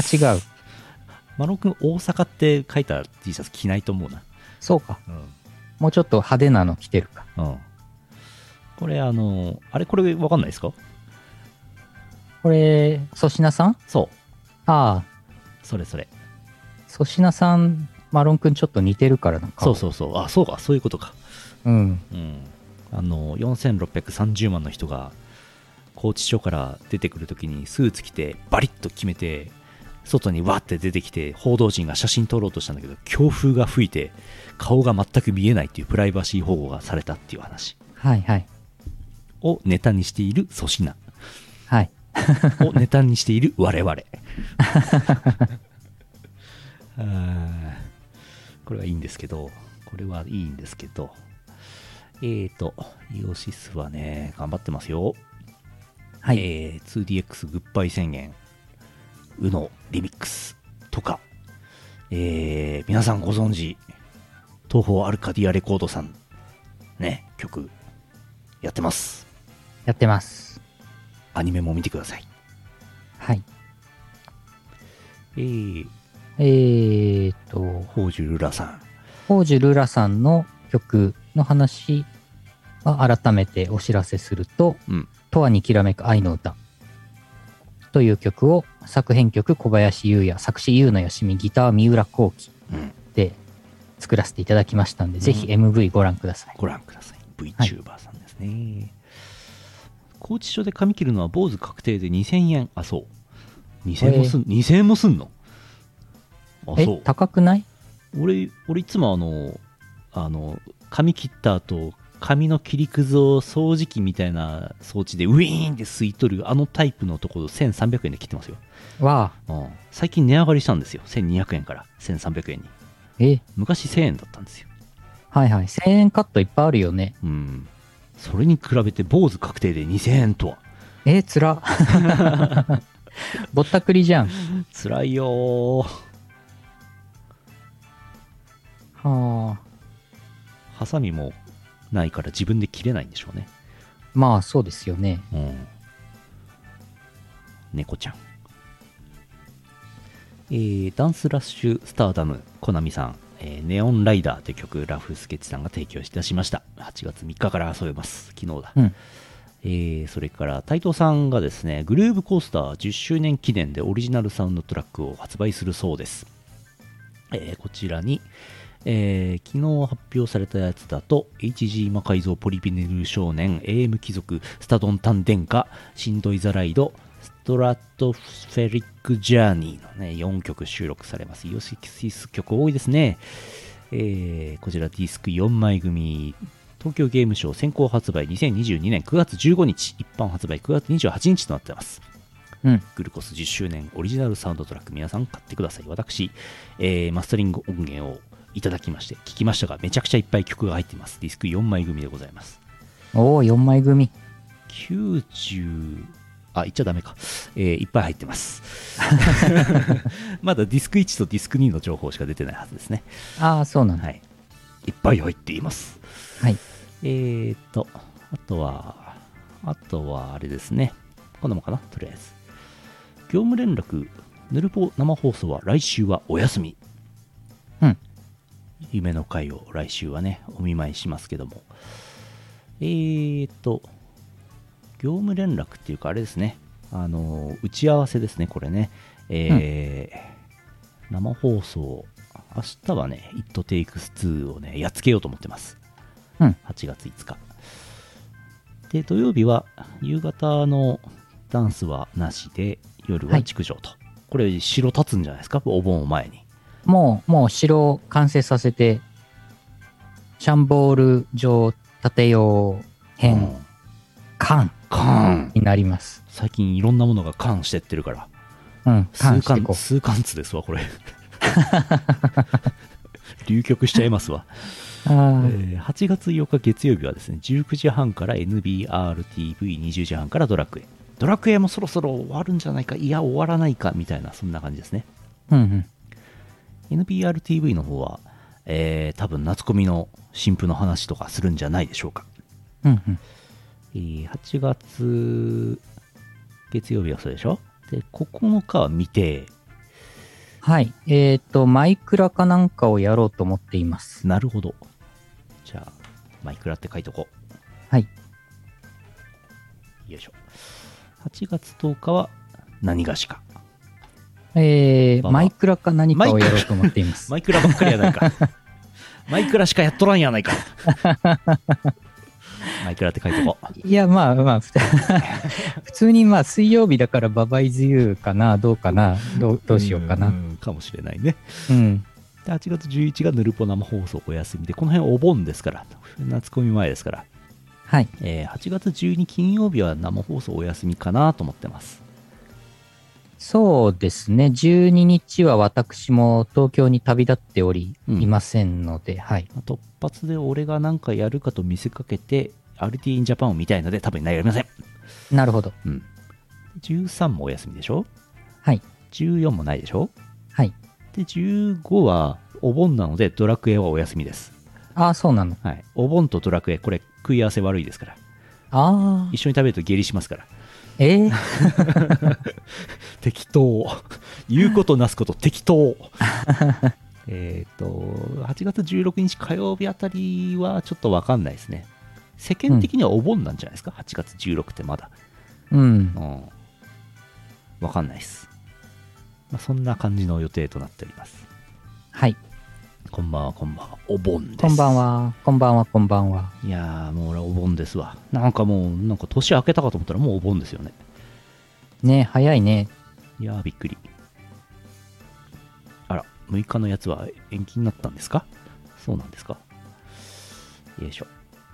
A: 違う。
B: マロンくん大阪って書いた T シャツ着ないと思うな。
A: そうか。もうちょっと派手なの着てるか。
B: これこれわかんないですか？
A: これ粗品さん？
B: そう。それ。
A: 粗品さん、マロンくんちょっと似てるからな。
B: そう。そうか、そういうことか。4630万の人が拘置所から出てくるときにスーツ着てバリッと決めて外にわって出てきて報道陣が写真撮ろうとしたんだけど強風が吹いて顔が全く見えないっていうプライバシー保護がされたっていう話をネタにしている粗品をネタにしている我々これはいいんですけどイオシスはね、頑張ってますよ。2DX グッバイ宣言、UNO リミックスとか、皆さんご存知、東方アルカディアレコードさん、ね、曲、やってます。アニメも見てください。
A: ホー
B: ジュルラさん。
A: ホージュルラさんの曲の話は改めてお知らせすると、永遠にきらめく愛の歌という曲を作編曲小林優也、作詞優野よしみ、ギター三浦幸喜で作らせていただきましたんで、ぜひ MV ご覧ください。VTuber さんですね。拘置所で髪切るのは坊主確定で2000円。そう。2000円もすんの？そう。高くない？俺いつも髪切った後髪の切りくずを掃除機みたいな装置でウィーンって吸い取るタイプのところ1300円で切ってますよ。最近値上がりしたんですよ。1200円から1300円に。昔1000円だったんですよ。1000円カットいっぱいあるよね。それに比べて坊主確定で2000円とは。つらぼったくりじゃん。
B: 辛いよー。
A: はあ。
B: ハサミもないから自分で切れないんでしょうね。
A: まあ、そうですよね。
B: うん。猫ちゃん。ダンスラッシュスターダム、コナミさん、ネオンライダーという曲、ラフスケッチさんが提供して出しました。8月3日から遊べます。昨日だ。
A: うん。
B: それから台東さんがですね、グルーブコースター10周年記念でオリジナルサウンドトラックを発売するそうです。こちらに、昨日発表されたやつだと HG 魔改造ポリビネル少年 AM 貴族スタドンタン殿下シンドイザライドストラトフェリックジャーニーの、ね、4曲収録されます。イオシス曲多いですね。こちらディスク4枚組、東京ゲームショウ先行発売2022年9月15日、一般発売9月28日となっています。
A: うん。
B: グルコス10周年オリジナルサウンドトラック、皆さん買ってください。私、マスタリング音源をいただきまして聞きましたが、めちゃくちゃいっぱい曲が入っています。ディスク4枚組でございます。
A: おお、4枚組。
B: 90、あ、言っちゃダメか。いっぱい入ってます。まだディスク1とディスク2の情報しか出てないはずですね。
A: ああ、そうなんだ。
B: はい。いっぱい入っています。
A: はい。
B: あとはあれですね。こんなもんかな、とりあえず。業務連絡、ヌルポ生放送は来週はお休み。
A: うん。
B: 夢の会を来週はね、お見舞いしますけども。業務連絡っていうかあれですね。打ち合わせですね、これね。生放送、明日はね、It Takes Two をね、やっつけようと思ってます。
A: うん。
B: 8月5日。で、土曜日は夕方のダンスはなしで、夜は築城と。これ、城立つんじゃないですか、お盆を前に。
A: もう城を完成させて、シャンボール城建てよう編、完になります。
B: 最近いろんなものが完してってるから。
A: うん、完してこう。
B: 数貫通ですわ、これ。流局しちゃいますわ。8月8日月曜日はですね、19時半から NBRTV20 時半からドラクエ。ドラクエもそろそろ終わるんじゃないか、いや終わらないかみたいな、そんな感じですね。
A: うんうん。
B: NBRTV の方は、多分夏コミの新婦の話とかするんじゃないでしょうか。
A: うんうん。
B: 8月月曜日はそうでしょ。で、9日は未定。
A: はい。マイクラかなんかをやろうと思っています。
B: なるほど。じゃあ、マイクラって書いとこう。
A: はい。
B: よいしょ。8月10日は何がしか。
A: マイクラか何かをやろうと思っています。
B: マイクラばっかりやないか。マイクラしかやっとらんやないか。マイクラって書いとこう。
A: いや、まあ、普通にまあ、水曜日だからババイズユーかな、どうかな、どうしようかな。
B: かもしれないね。
A: うん。
B: で、8月11がヌルポ生放送お休みで、この辺お盆ですから、夏コミ前ですから。
A: はい。
B: 8月12金曜日は生放送お休みかなと思ってます。
A: そうですね。12日は私も東京に旅立っており、いませんので、はい。
B: 突発で俺が何かやるかと見せかけて、RT in Japan を見たいので多分やりません。
A: なるほど。
B: うん。13もお休みでしょ。
A: はい。
B: 14もないでしょ。
A: はい。
B: で、15はお盆なのでドラクエはお休みです。
A: ああ、そうなの。
B: はい。お盆とドラクエ、これ食い合わせ悪いですから。
A: ああ。
B: 一緒に食べると下痢しますから。適当。言うことなすこと適当。8月16日火曜日あたりはちょっとわかんないですね。世間的にはお盆なんじゃないですか、8月16ってまだ。
A: うん。
B: わかんないです。まあ、そんな感じの予定となっております。
A: はい。
B: こんばんは、こんばんは。お盆です。
A: こんばんは、こんばんは、こんばんは。
B: いやー、もう俺お盆ですわ。なんか年明けたかと思ったらもうお盆ですよね。
A: ね、早いね。
B: いやー、びっくり。あら、6日のやつは延期になったんですか？そうなんですか？よいしょ。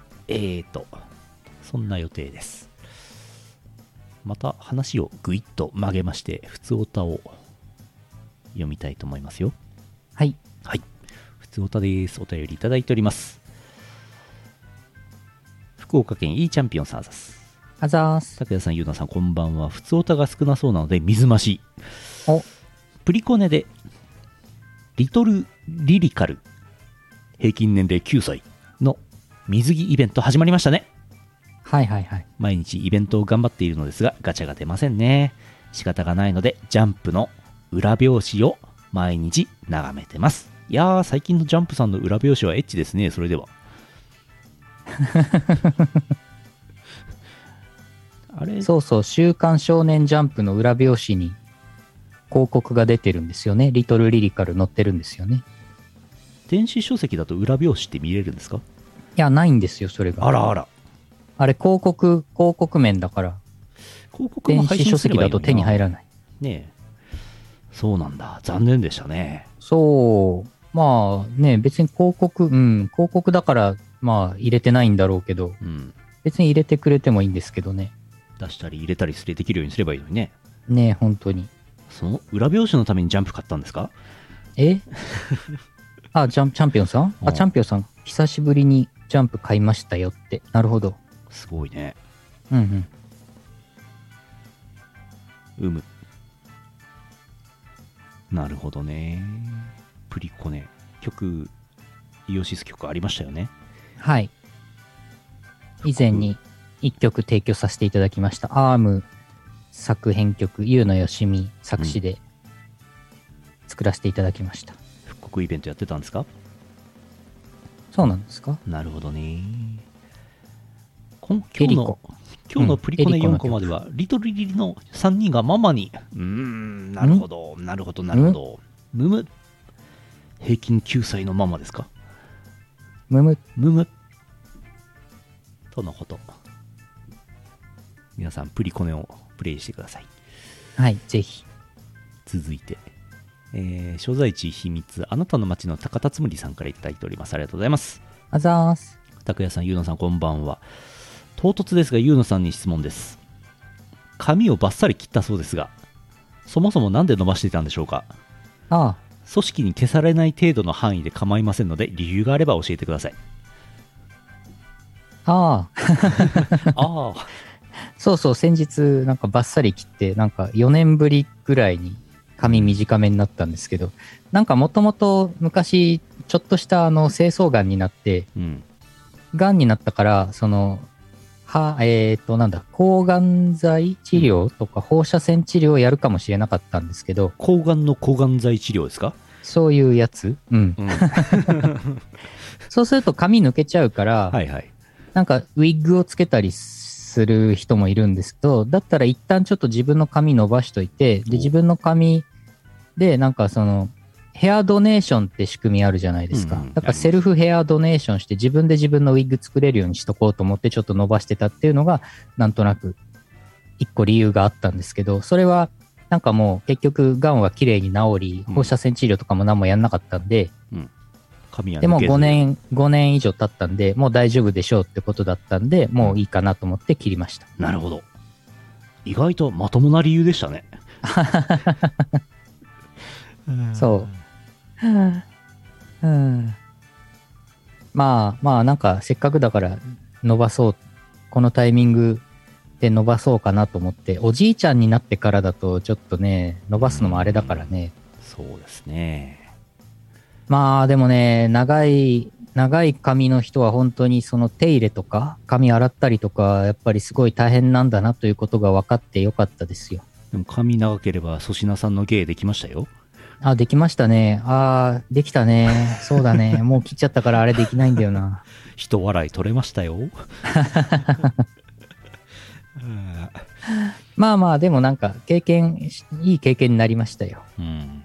B: そんな予定です。また話をぐいっと曲げまして、ふつおたを読みたいと思いますよ。
A: はい。
B: はい。ふつおたです。お便りいただいております。福岡県 E チャンピオンさんです。
A: あざーす。
B: 拓也さん、ゆうなさん、こんばんは。普通オタが少なそうなので、水増し。
A: お、
B: プリコネで、リトルリリカル、平均年齢9歳の水着イベント始まりましたね。
A: はいはいはい。
B: 毎日イベントを頑張っているのですが、ガチャが出ませんね。仕方がないので、ジャンプの裏表紙を毎日眺めてます。いやー、最近のジャンプさんの裏表紙はエッチですね。それでは。あれ、
A: そうそう、週刊少年ジャンプの裏表紙に広告が出てるんですよね。リトルリリカル載ってるんですよね。
B: 電子書籍だと裏表紙って見れるんですか？
A: いや、ないんですよ、それが。
B: あらあら。
A: あれ、広告面だから、
B: 広告も
A: 電子書
B: 配信すれ
A: 籍だと手に
B: ばいいのにな。
A: 入らない。
B: ねえ。そうなんだ。残念でしたね。
A: そう、まあね、別に広告だから、まあ入れてないんだろうけど、
B: うん。
A: 別に入れてくれてもいいんですけどね。
B: 出したり入れたりできるようにすればいいのにね。
A: ねえ、本当に。
B: その裏表紙のためにジャンプ買ったんですか？
A: えあ、チャンピオンさん
B: うん
A: あ、チャンピオンさん、久しぶりにジャンプ買いましたよって。なるほど。
B: すごいね。
A: うんうん。
B: うむ。なるほどね。プリコネ。曲、イオシス曲ありましたよね。
A: はい。以前に一曲提供させていただきました。アーム作編曲、ゆうのよしみ作詞で作らせていただきました。
B: 復刻イベントやってたんですか？
A: そうなんですか？
B: なるほどね。
A: エ
B: 今日
A: リコ
B: のプリコネ4
A: エリコの曲
B: コマでは、リトルリリの3人がママに。なるほど、なるほど、なるほど。むむ。平均9歳のママですか？
A: むむ。
B: むむ。とのこと。皆さん、プリコネをプレイしてください。
A: はい、ぜひ。
B: 続いて、所在地秘密、あなたの街の高田つむりさんからいただいております。ありがとうございます。
A: あざーす。
B: 拓也さん、ゆうのさん、こんばんは。唐突ですが、ゆうのさんに質問です。髪をバッサリ切ったそうですが、そもそもなんで伸ばしていたんでしょうか？
A: あ
B: 組織に消されない程度の範囲で構いませんので、理由があれば教えてください。
A: あ、ああ。
B: ああ。
A: そうそう、先日、なんかバッサリ切って、なんか4年ぶりぐらいに髪短めになったんですけど、なんかもともと昔、ちょっとした精巣がんになって、
B: うん。
A: がんになったから、なんだ、抗がん剤治療とか放射線治療をやるかもしれなかったんですけど、
B: 抗がんの抗がん剤治療ですか？
A: そういうやつうん。
B: うん。
A: そうすると髪抜けちゃうから、
B: はいはい。
A: なんかウィッグをつけたりする人もいるんですけど、だったら一旦ちょっと自分の髪伸ばしといて、で、自分の髪で、なんかヘアドネーションって仕組みあるじゃないですか。
B: うんうん
A: だからセルフヘアドネーションして自分で自分のウィッグ作れるようにしとこうと思ってちょっと伸ばしてたっていうのが、なんとなく一個理由があったんですけど、それはなんかもう結局癌は綺麗に治り、放射線治療とかも何もやんなかったんで、でも
B: 髪は抜けず
A: 5年以上経ったんで、もう大丈夫でしょうってことだったんで、もういいかなと思って切りました。
B: なるほど。意外とまともな理由でしたね。
A: そう。まあなんかせっかくだから伸ばそう。このタイミングで伸ばそうかなと思って、おじいちゃんになってからだとちょっとね、伸ばすのもあれだからね。
B: そうですね。
A: まあでもね、長い髪の人は本当にその手入れとか、髪洗ったりとか、やっぱりすごい大変なんだなということが分かってよかったですよ。
B: でも髪長ければ粗品さんの芸できましたよ。
A: あ、できましたね。ああ、できたね。そうだね。もう切っちゃったからあれできないんだよな。
B: 人笑い取れましたよ。
A: まあまあ、でもなんかいい経験になりましたよ。
B: うん。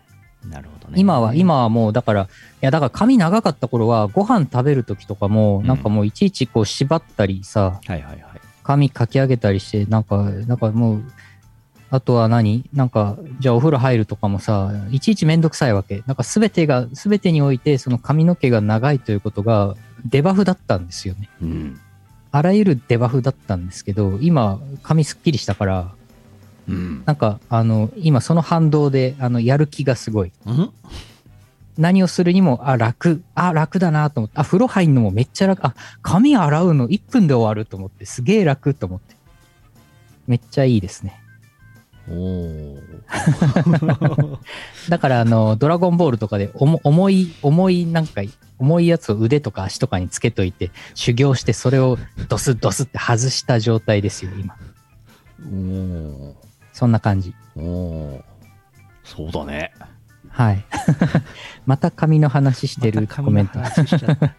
B: なるほどね。
A: 今はもうだから髪長かった頃はご飯食べる時とかも、なんかもういちいちこう縛ったりさ、
B: はいはいはい。
A: 髪かき上げたりして、なんかもう、あとはなんか、じゃあお風呂入るとかもさ、いちいちめんどくさいわけ。なんかすべてにおいてその髪の毛が長いということがデバフだったんですよね。
B: うん。
A: あらゆるデバフだったんですけど、今、髪すっきりしたから、
B: うん。
A: なんか、今その反動で、やる気がすごい。
B: うん
A: 何をするにも、楽だなと思って、風呂入るのもめっちゃ楽、髪洗うの1分で終わると思って、すげえ楽と思って。 めっちゃいいですね。
B: おー。
A: だからドラゴンボールとかで重いなんか重いやつを腕とか足とかにつけといて修行してそれをドスドスって外した状態ですよ今。
B: おー。
A: そんな感じ。
B: おー。そうだね。
A: はい。また髪の話してるコメント。
B: また髪の話しちゃった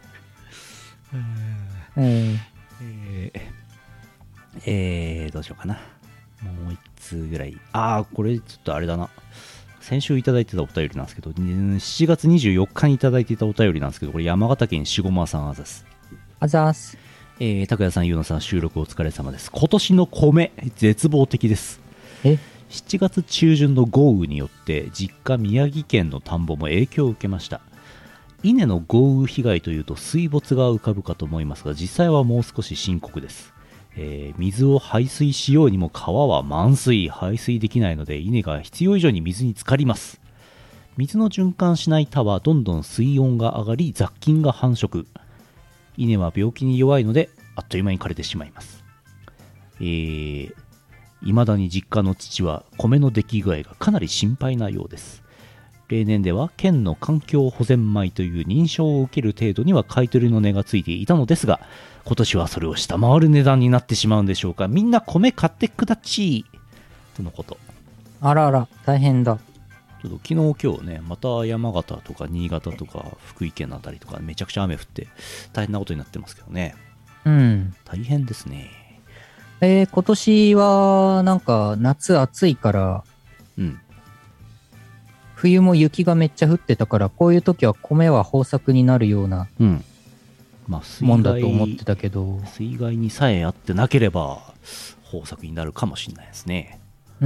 B: どうしようかな。もう一通ぐらい。これちょっとあれだな。先週いただいてたお便りなんですけど、7月24日にいただいていたお便りなんですけど、これ山形県しごまさんあざす。
A: あざーす。
B: 拓也さん、ゆうのさん、収録お疲れ様です。今年の米、絶望的です。7月中旬の豪雨によって実家宮城県の田んぼも影響を受けました。稲の豪雨被害というと水没が浮かぶかと思いますが、実際はもう少し深刻です。水を排水しようにも川は満水、排水できないので稲が必要以上に水に浸かります。水の循環しない田はどんどん水温が上がり雑菌が繁殖。稲は病気に弱いのであっという間に枯れてしまいます。未だに実家の父は米の出来具合がかなり心配なようです。例年では県の環境保全米という認証を受ける程度には買い取りの値がついていたのですが、今年はそれを下回る値段になってしまうんでしょうか。みんな米買ってくだちとのこと。
A: あらあら、大変だ。
B: ちょっと昨日今日ね、また山形とか新潟とか福井県のあたりとかめちゃくちゃ雨降って大変なことになってますけどね。
A: うん。
B: 大変ですね。
A: 今年はなんか夏暑いから、
B: うん。
A: 冬も雪がめっちゃ降ってたから、こういう時は米は豊作になるような
B: まあ、
A: もんだと思ってたけど、
B: 水害にさえあってなければ豊作になるかもしれないですね。お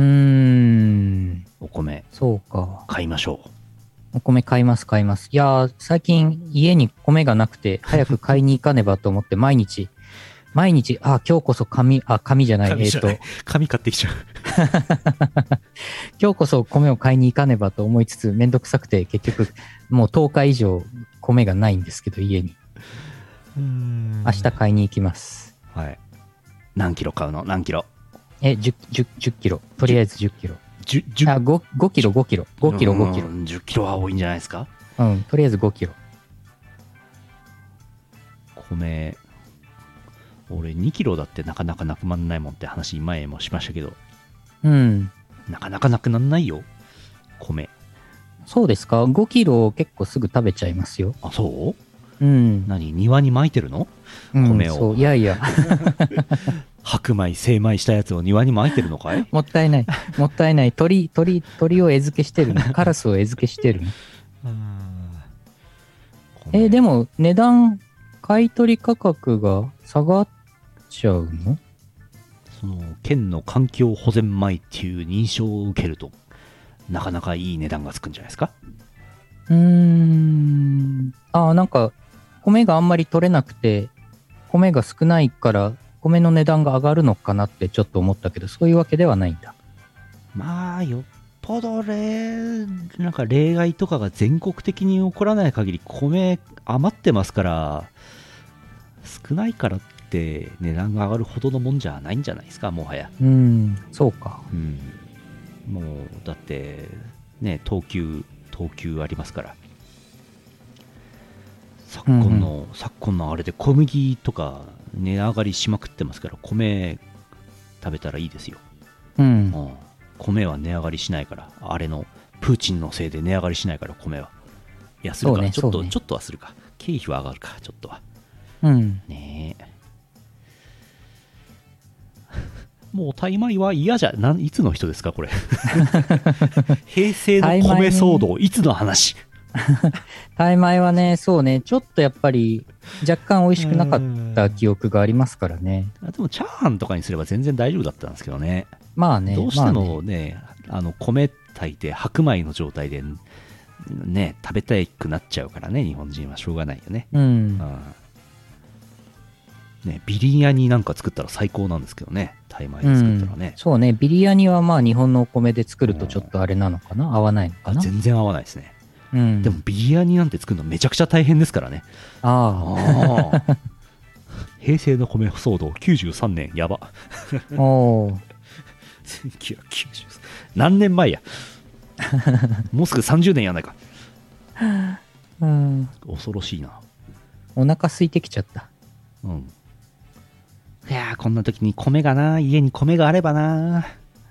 B: 米
A: そうか。
B: 買いましょ
A: お米買います。いやー、最近家に米がなくて早く買いに行かねばと思って毎日、今日こそ紙じゃない、
B: 紙買ってきちゃう
A: 今日こそ米を買いに行かねばと思いつつめんどくさくて結局もう10日以上米がないんですけど家に。明日買いに行きます。
B: はい。何キロ買うの？何キロ
A: ？10キロ。とりあえず10キロ。5キロ。
B: 10キロは多いんじゃないですか？
A: とりあえず5キロ。
B: 米、俺2キロだってなかなかなくならないもんって話前もしましたけど、なかなかなくならないよ、米。
A: そうですか？ 5 キロ結構すぐ食べちゃいますよ。
B: あ、そう？
A: 何
B: 庭に撒いてるの？米を。
A: そう、いやいや。
B: 白米、精米したやつを庭に撒いてるのかい？
A: もったいない。鳥を餌付けしてるの。カラスを餌付けしてるの。でも値段、買い取り価格が下がっちゃうの？
B: その県の環境保全米っていう認証を受けるとなかなかいい値段がつくんじゃないですか？
A: なんか米があんまり取れなくて米が少ないから米の値段が上がるのかなってちょっと思ったけど、そういうわけではないんだ。
B: まあよっぽどなんか例外とかが全国的に起こらない限り米余ってますから、少ないからって値段が上がるほどのもんじゃないんじゃないですか、もはや。
A: そうか。
B: もうだってね、等級ありますから。昨今のあれで小麦とか値上がりしまくってますから、米食べたらいいですよ。米は値上がりしないから、あれのプーチンのせいで値上がりしないから、米は。いや、するか、ちょっとはするか。経費は上がるか、ちょっとは。ねえ。もうタイ米は嫌じゃ、いつの人ですか、これ。平成の米騒動、いつの話？
A: タイ米はね、そうね、ちょっとやっぱり若干美味しくなかった記憶がありますからね。
B: でもチャーハンとかにすれば全然大丈夫だったんですけどね。
A: まあね。
B: どうしてもね、米炊いて白米の状態でね、食べたくなっちゃうからね、日本人はしょうがないよね。ね、ビリヤニなんか作ったら最高なんですけどね、タイ米で作ったらね。
A: そうね、ビリヤニはまあ日本のお米で作るとちょっとあれなのかな、合わないのかな。
B: 全然合わないですね。でもビリヤニなんて作るのめちゃくちゃ大変ですからね。平成の米騒動93年やば。 1990何年前やもうすぐ30年やないか。
A: うん。
B: 恐ろしいな。
A: お腹空いてきちゃった。
B: うん。いやー、こんな時に米がな、家に米があればな。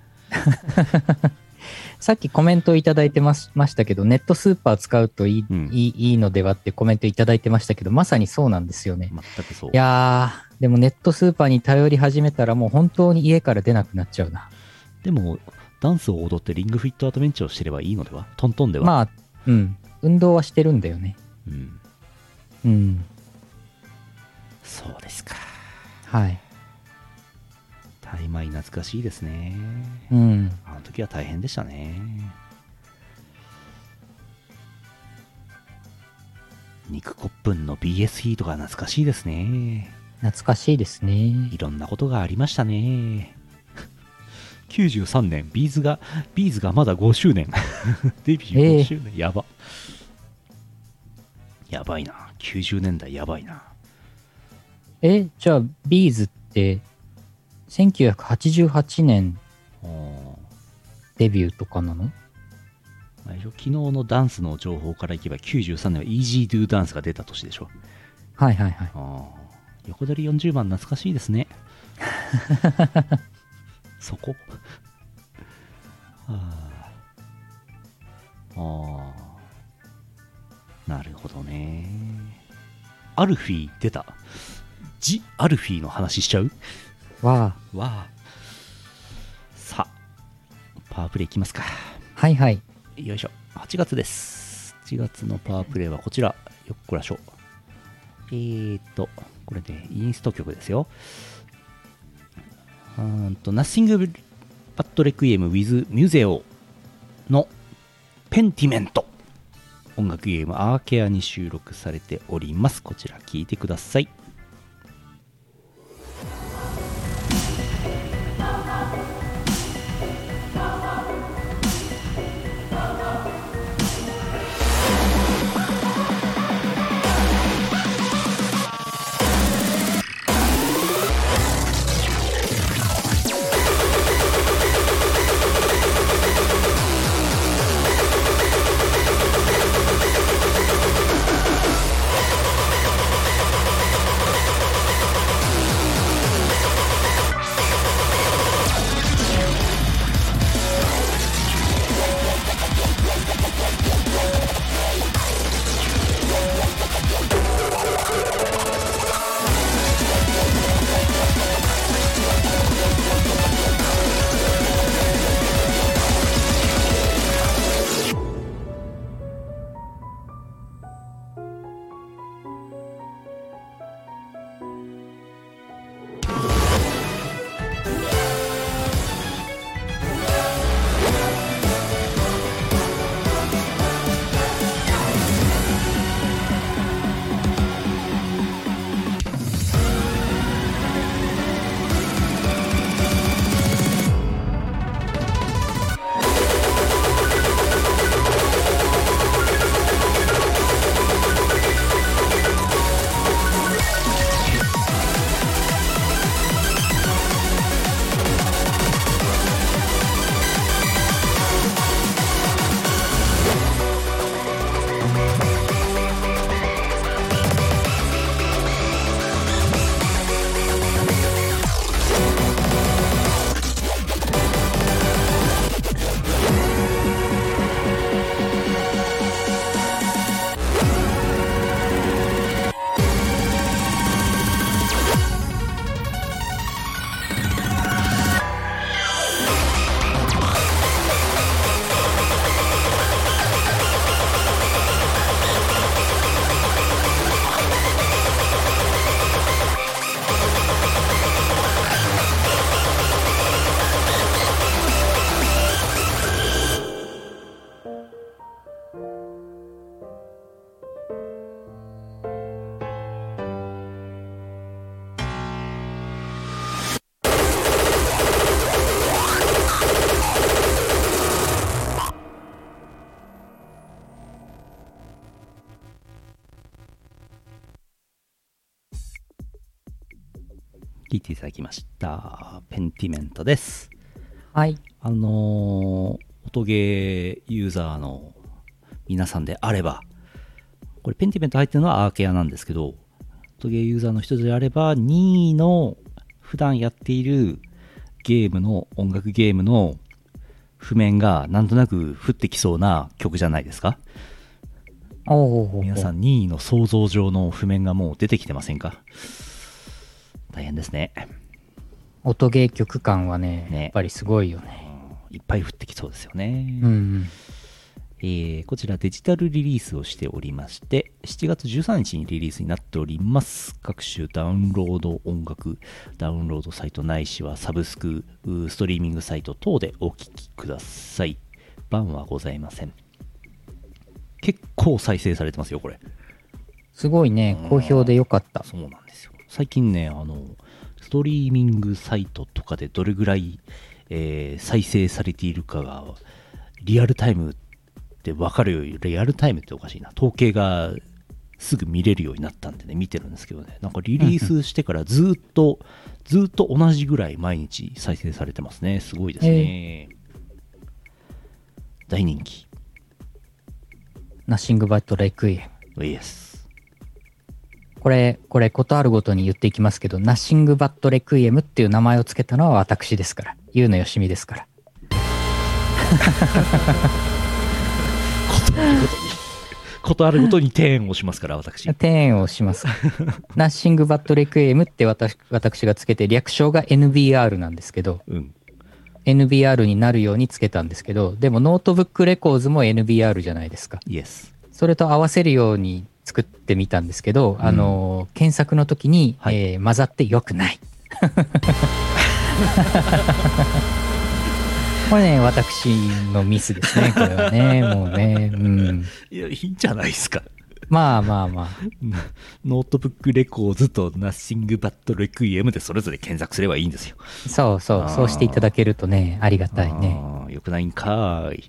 A: さっきコメントいただいてましたけど、ネットスーパー使うといいのではってコメントいただいてましたけど、まさにそうなんですよね。
B: 全くそう。
A: いやー、でもネットスーパーに頼り始めたらもう本当に家から出なくなっちゃうな。
B: でも、ダンスを踊ってリングフィットアドベンチャーをしてればいいのでは？トントンでは。
A: まあ、うん。運動はしてるんだよね。
B: うん。
A: うん。
B: そうですか。
A: はい。
B: タイマイ懐かしいですね。
A: うん。
B: あの時は大変でしたね。肉コップンの BS ヒートが懐かしいですね。
A: 懐かしいですね。
B: いろんなことがありましたね。93年、ビーズがまだ5周年。デビュー5周年、やば。やばいな。90年代やばいな。
A: じゃあ、ビーズって、1988年デビューとかなの？
B: 昨日のダンスの情報からいけば93年は Easy Do Dance が出た年でしょ。
A: はいはいはい。
B: 横取り40番懐かしいですね。そこなるほどね。アルフィー出た。アルフィーの話しちゃう？
A: わ
B: あ。さあ、パワープレイいきますか。
A: はいはい。
B: よいしょ。8月です。8月のパワープレイはこちら。よっこらしょ。これでインスト曲ですよ。Nothing But Requiem with Museo のペンティメント。音楽ゲームアーケアに収録されております。こちら聴いてください。聴いていただきました。ペンティメントです。
A: はい。
B: 音ゲーユーザーの皆さんであれば、これペンティメント入ってるのはアーケアなんですけど、音ゲーユーザーの人であれば、2位の普段やっている音楽ゲームの譜面がなんとなく降ってきそうな曲じゃないですか。皆さん2位の想像上の譜面がもう出てきてませんか？大変ですね。
A: 音ゲー曲感はね、やっぱりすごいよね。
B: いっぱい降ってきそうですよね。こちらデジタルリリースをしておりまして、7月13日にリリースになっております。各種ダウンロード音楽、ダウンロードサイトないしはサブスク、ストリーミングサイト等でお聴きください。バンはございません。結構再生されてますよ、これ。
A: すごいね、好評でよかった。
B: そうなんですよ。最近ね、ストリーミングサイトとかでどれぐらい、再生されているかが、リアルタイムって分かるように、リアルタイムっておかしいな。統計がすぐ見れるようになったんでね、見てるんですけどね。なんかリリースしてからずっと同じぐらい毎日再生されてますね。すごいですね。大人気。
A: ナッシングバットレクイエム。
B: イエス。
A: これ、ことあるごとに言っていきますけど、ナッシングバットレクイエムっていう名前をつけたのは私ですから。ゆうのよしみですから。
B: ことあるごとにテーンをしますから、私。
A: テーンをします。ナッシングバットレクイエムって私がつけて、略称が NBR なんですけど、NBR になるようにつけたんですけど、でもノートブックレコーズも NBR じゃないですか。
B: Yes。
A: それと合わせるように作ってみたんですけど、検索の時に、混ざって良くない。これね、私のミスですね、これはね、もうね。
B: いや、いいんじゃないですか。
A: まあ。
B: ノートブックレコーズとナッシングバットレクイエムでそれぞれ検索すればいいんですよ。
A: そうしていただけるとね、ありがたいね。
B: よくないんかーい。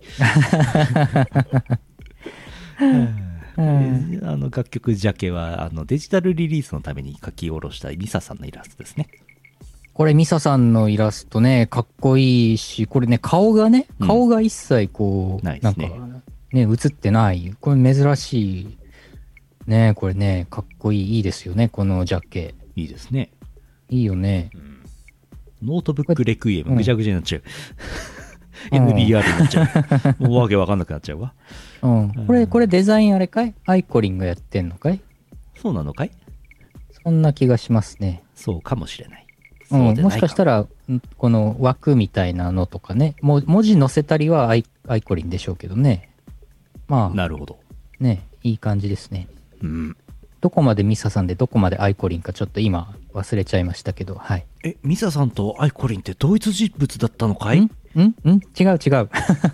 B: 楽曲ジャケはデジタルリリースのために書き下ろしたミサさんのイラストですね。
A: これミサさんのイラストね、かっこいいし、これね、顔が一切こう、
B: ないですね。
A: なんかね、映ってない。これ珍しい。ね、これね、かっこいい。いいですよね、このジャケ。
B: いいですね。
A: いいよね。
B: ノートブックレクイエム、ぐちゃぐちゃになっちゃう。NBR になっちゃう。もうわけわかんなくなっちゃうわ。
A: これデザインあれかい？アイコリンがやってんのかい？
B: そうなのかい？
A: そんな気がしますね。
B: そうかもしれない。
A: もしかしたら、この枠みたいなのとかね、文字載せたりはアイコリンでしょうけどね。まあ。
B: なるほど。
A: ね、いい感じですね。
B: うん。
A: どこまでミサさんでどこまでアイコリンかちょっと今忘れちゃいましたけど、はい。
B: ミサさんとアイコリンって同一人物だったのかい？
A: 違う。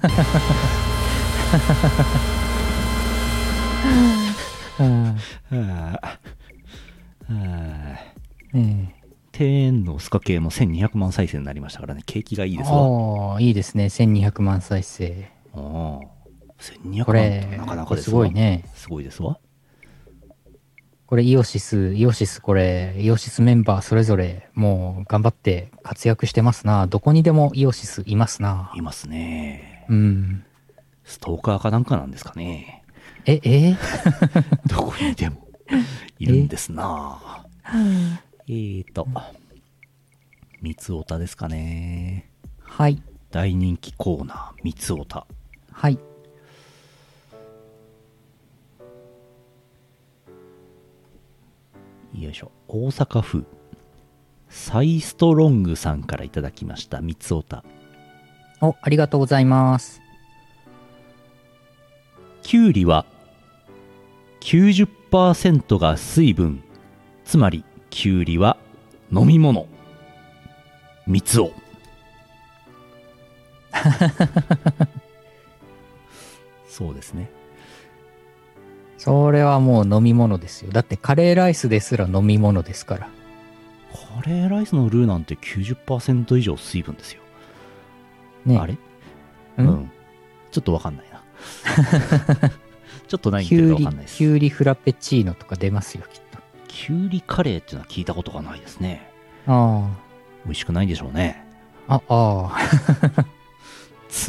B: 10のスカ系も1200万再生になりましたからね、景気がいいですわ。
A: いいですね、1200万再生。
B: 1200万ってなかなかですわ。
A: すごいね。
B: すごいですわ。
A: これイオシスメンバーそれぞれもう頑張って活躍してますな。どこにでもイオシスいますな。
B: いますね。ストーカーかなんかなんですかね。
A: ど
B: こにでもいるんですな。三つおたですかね。
A: はい。
B: 大人気コーナー、三つおた。
A: はい。
B: よいしょ。大阪府サイストロングさんからいただきました三つおた。
A: ありがとうございます。
B: きゅうりは 90% が水分、つまりきゅうりは飲み物。三つお。そうですね。
A: それはもう飲み物ですよ。だってカレーライスですら飲み物ですから。
B: カレーライスのルーなんて 90% 以上水分ですよ。
A: ね、
B: あれ？ちょっとわかんないな。ちょっとないんだけどわかんないです。
A: キュウリフラペチーノとか出ますよ、きっと。
B: キュウリカレーっていうのは聞いたことがないですね。美味しくないんでしょうね。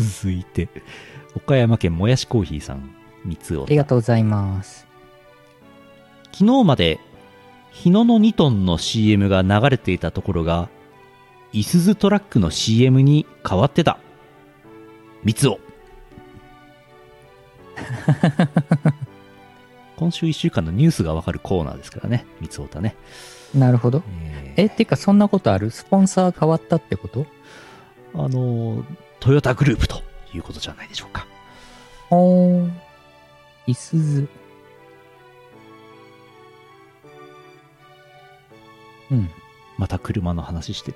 B: 続いて、岡山県もやしコーヒーさん、三つお
A: ありがとうございます。
B: 昨日まで日野の2トンの CM が流れていたところがいすゞトラックの CM に変わってた。三つお今週1週間のニュースがわかるコーナーですからね、三つおたね。
A: なるほど。っていうかそんなことある？スポンサー変わったってこと？
B: トヨタグループということじゃないでしょうか。
A: いすゞ。うん。
B: また車の話してる。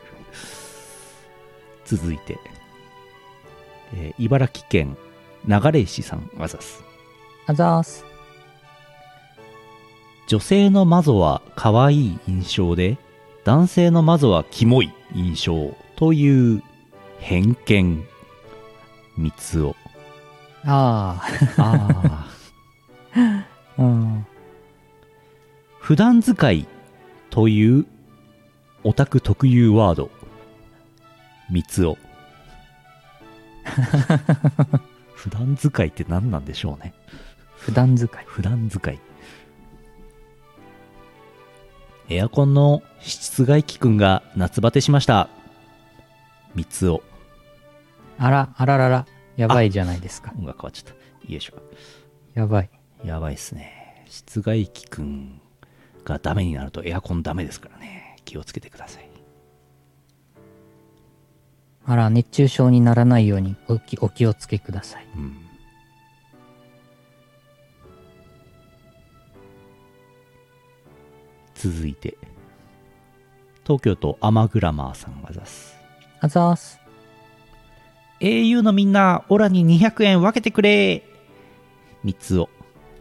B: 続いて、茨城県流石さん、あざす。
A: あざーす。
B: 女性のマゾは可愛い印象で、男性のマゾはキモい印象という偏見。三つお。
A: ああ。うん。
B: 普段使いというオタク特有ワード。三つお。普段使いって何なんでしょうね。
A: 普段使い。
B: 普段使い。エアコンの室外機くんが夏バテしました。三つお。
A: あららら。やばいじゃないですか。
B: 音楽変わっちゃった。よいしょ。
A: やばい。
B: やばいっすね。室外機くんがダメになるとエアコンダメですからね。気をつけてください。
A: あら、熱中症にならないようにお気をつけください。
B: うん。続いて、東京都アマグラマーさんがざす。
A: あざーす。
B: au のみんな、オラに200円分けてくれ。三つお。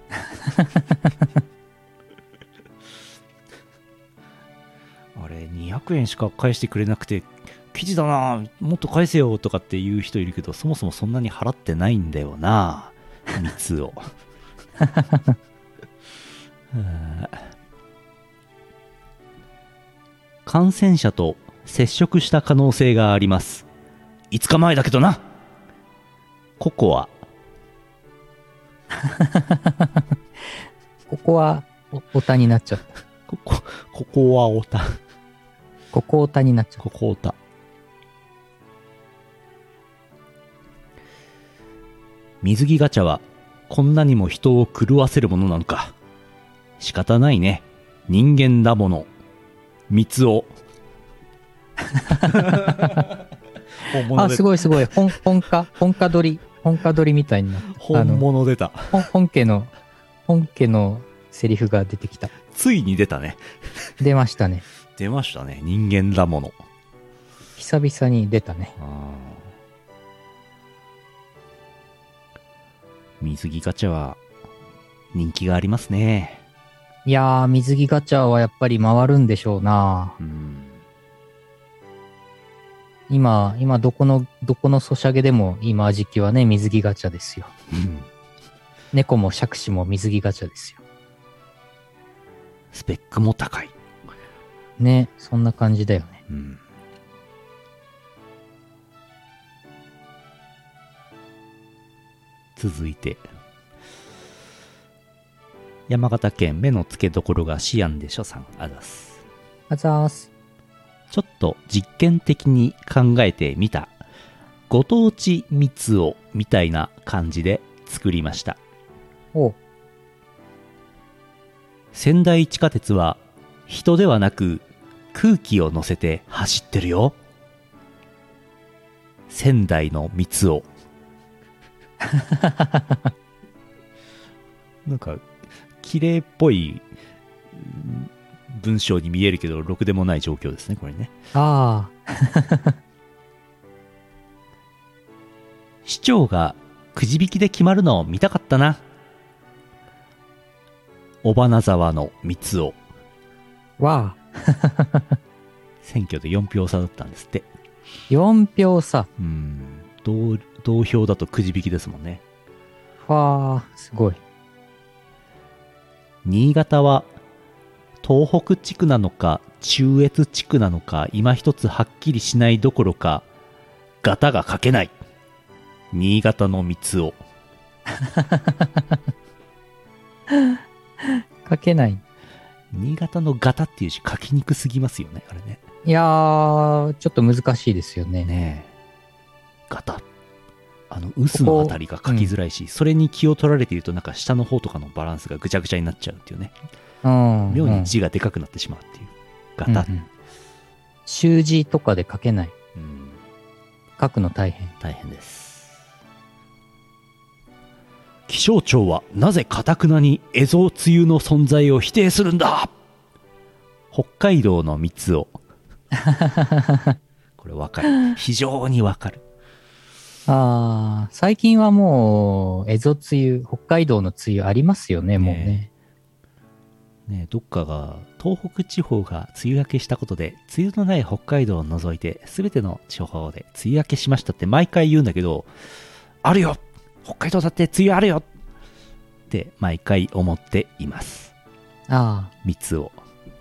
B: あれ、200円しか返してくれなくて、記事だな、もっと返せよとかって言う人いるけど、そもそもそんなに払ってないんだよな。三つお。感染者と接触した可能性があります。5日前だけどな。ココア。
A: ここはおたになっちゃった。
B: ここはおた。
A: ここおたになっちゃった。
B: ここおた。水着ガチャはこんなにも人を狂わせるものなのか。仕方ないね。人間だもの。三つお。
A: あ、すごいすごい。本家撮りみたいな。
B: 本物出た。
A: 本家のセリフが出てきた。
B: ついに出たね。
A: 出ましたね。
B: 出ましたね。人間だもの。
A: 久々に出たね。
B: 水着ガチャは人気がありますね。
A: いやー、水着ガチャはやっぱり回るんでしょうな。今どこのソシャゲでも今時期はね、水着ガチャですよ。猫も杓子も水着ガチャですよ。
B: スペックも高い。
A: ね、そんな感じだよね。
B: 続いて、山形県目の付けどころがシアンでしょさん、あざす。
A: あざーす。
B: ちょっと実験的に考えてみた。ご当地みつおみたいな感じで作りました。仙台地下鉄は人ではなく空気を乗せて走ってるよ。仙台のみつお。なんか綺麗っぽい文章に見えるけどろくでもない状況ですね、これね。
A: ああ。
B: 市長がくじ引きで決まるのを見たかったな。尾花沢の三つお。
A: わあ。
B: 選挙で4票差だったんですって。
A: 4票差。
B: 同票だとくじ引きですもんね。
A: わあ、すごい。
B: 新潟は東北地区なのか中越地区なのか今一つはっきりしないどころかガタが書けない。 新潟の三つを。
A: 書けない。
B: 新潟のガタっていう字書きにくすぎますよね、あれね。
A: いやー、ちょっと難しいですよね。
B: ねえ。ガタ。臼のあたりが書きづらいし、それに気を取られていると、なんか下の方とかのバランスがぐちゃぐちゃになっちゃうっていうね。妙に字がでかくなってしまうっていう。ガタ。
A: 習字とかで書けない。
B: うん。
A: 書くの大変。
B: 大変です。気象庁はなぜ堅くなにエゾ梅雨の存在を否定するんだ。北海道の三つを。これわかる。非常にわかる。
A: 最近はもう、エゾ梅雨、北海道の梅雨ありますよね、もうね。
B: ね、どっかが、東北地方が梅雨明けしたことで、梅雨のない北海道を除いて、すべての地方で梅雨明けしましたって毎回言うんだけど、あるよ、北海道だって梅雨あるよって毎回思っています。三つを。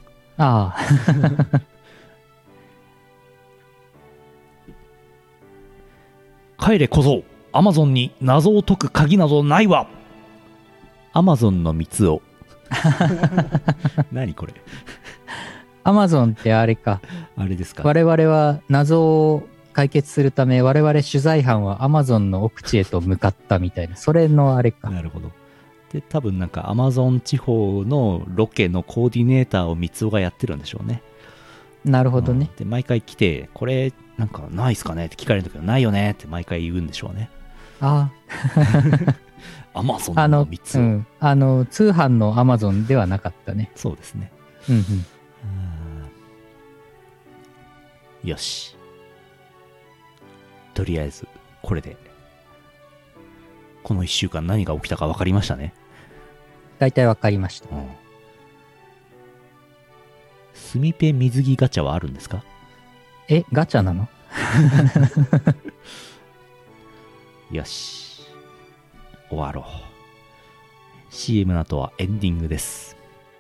B: 帰れ小僧、アマゾンに謎を解く鍵などないわ。アマゾンの三つを。何これ。
A: アマゾンってあれか。
B: あれですか。
A: 我々は謎を解決するため、我々取材班はアマゾンの奥地へと向かったみたいな、それのあれか。
B: なるほど。で、多分なんかアマゾン地方のロケのコーディネーターを三つがやってるんでしょうね。
A: なるほどね。
B: で、毎回来て、これなんかないっすかねって聞かれるんだけど、ないよねって毎回言うんでしょうね。アマゾンの3つ。
A: 通販のアマゾンではなかったね。
B: そうですね。よし。とりあえず、これで、この1週間何が起きたか分かりましたね。
A: 大体分かりました。
B: スミペ水着ガチャはあるんですか？
A: ガチャなの？
B: よし。終わろう。CM の後はエンディングです。